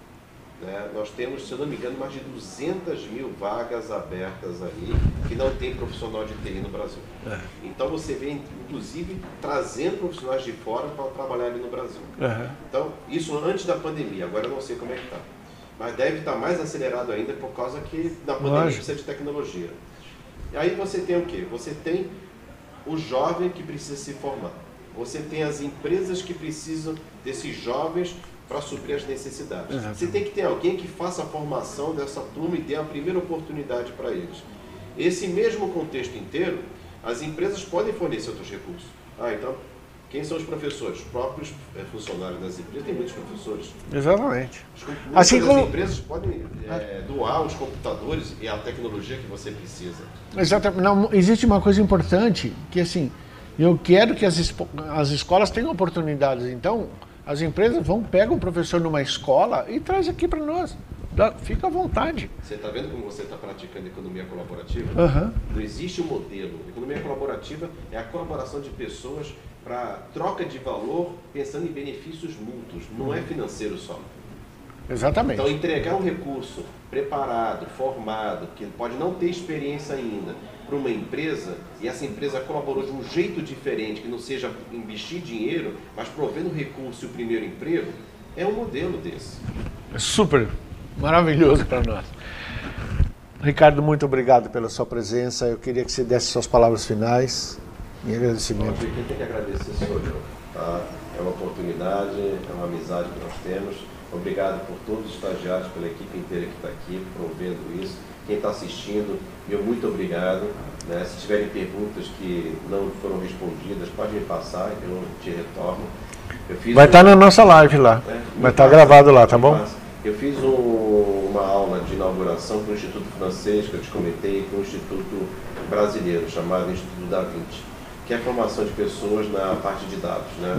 Né? Nós temos, se eu não me engano, mais de 200 mil vagas abertas aí que não tem profissional de TI no Brasil. Então você vem, inclusive, trazendo profissionais de fora para trabalhar ali no Brasil. Então, isso antes da pandemia. Agora eu não sei como é que está. Mas deve estar mais acelerado ainda por causa que na pandemia precisa de tecnologia. E aí você tem o quê? Você tem o jovem que precisa se formar. Você tem as empresas que precisam desses jovens para suprir as necessidades. Exatamente. Você tem que ter alguém que faça a formação dessa turma e dê a primeira oportunidade para eles. Esse mesmo contexto inteiro, as empresas podem fornecer outros recursos. Então, quem são os professores? Os próprios funcionários das empresas, tem muitos professores. Exatamente. Assim como as empresas podem doar os computadores e a tecnologia que você precisa. Exatamente. Não, existe uma coisa importante, que assim, eu quero que as escolas tenham oportunidades. Então, as empresas pegam um professor numa escola e traz aqui para nós. Fica à vontade. Você está vendo como você está praticando economia colaborativa? Não existe um modelo. Economia colaborativa é a colaboração de pessoas para troca de valor pensando em benefícios mútuos. Não é financeiro só. Exatamente. Então, entregar um recurso preparado, formado, que pode não ter experiência ainda, para uma empresa, e essa empresa colaborou de um jeito diferente, que não seja investir dinheiro, mas provendo o recurso e o primeiro emprego, é um modelo desse. É super maravilhoso para nós. Ricardo, muito obrigado pela sua presença. Eu queria que você desse suas palavras finais em agradecimento. Quem tem que agradecer sou eu. Tá? É uma oportunidade, é uma amizade que nós temos. Obrigado por todos os estagiários, pela equipe inteira que está aqui, provendo isso. Quem está assistindo, meu muito obrigado. Né? Se tiverem perguntas que não foram respondidas, pode me passar, eu te retorno. Vai estar na nossa live lá. Vai estar gravado lá, tá bom? Eu fiz uma aula de inauguração com o Instituto Francês, que eu te comentei, com o Instituto Brasileiro, chamado Instituto Da Vinci, que é a formação de pessoas na parte de dados, né?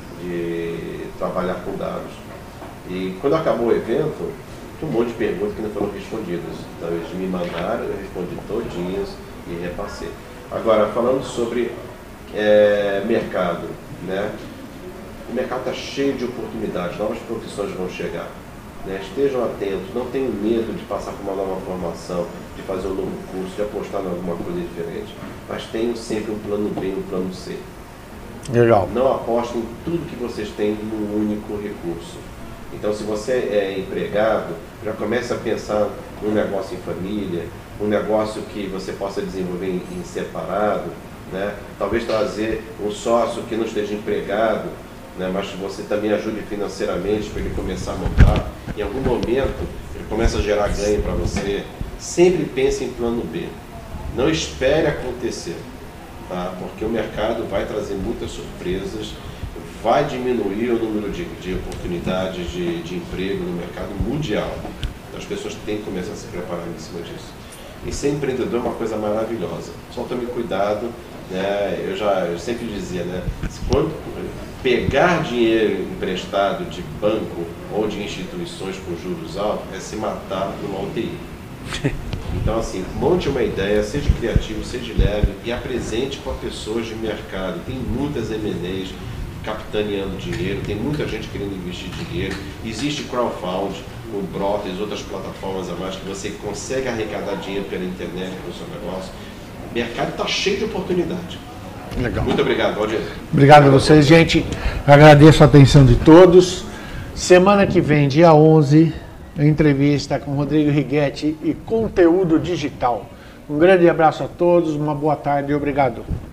De trabalhar com dados. E quando acabou o evento, tinha um monte de perguntas que não foram respondidas. Então eles me mandaram, eu respondi todinhas e repassei. Agora, falando sobre mercado, né? O mercado está cheio de oportunidades, novas profissões vão chegar. Né? Estejam atentos, não tenham medo de passar por uma nova formação, de fazer um novo curso, de apostar em alguma coisa diferente. Mas tenham sempre um plano B e um plano C. Legal. Não apostem em tudo que vocês têm num único recurso. Então, se você é empregado, já comece a pensar num negócio em família, um negócio que você possa desenvolver em separado, né? Talvez trazer um sócio que não esteja empregado, né? Mas que você também ajude financeiramente para ele começar a montar. Em algum momento, ele começa a gerar ganho para você. Sempre pense em plano B. Não espere acontecer, tá? Porque o mercado vai trazer muitas surpresas, vai diminuir o número de oportunidades de emprego no mercado mundial. Então, as pessoas têm que começar a se preparar em cima disso. E ser empreendedor é uma coisa maravilhosa. Só tome cuidado, né? Eu sempre dizia, né? Quando pegar dinheiro emprestado de banco ou de instituições com juros altos é se matar numa UTI. Então, assim, monte uma ideia, seja criativo, seja leve e apresente para pessoas de mercado. Tem muitas M&As capitaneando dinheiro, tem muita gente querendo investir dinheiro. Existe crowdfunding, o Brotas, outras plataformas a mais que você consegue arrecadar dinheiro pela internet para o seu negócio. O mercado está cheio de oportunidade. Legal. Muito obrigado, Valdir. Obrigado a vocês, gente. Agradeço a atenção de todos. Semana que vem, dia 11, a entrevista com Rodrigo Righetti e conteúdo digital. Um grande abraço a todos, uma boa tarde e obrigado.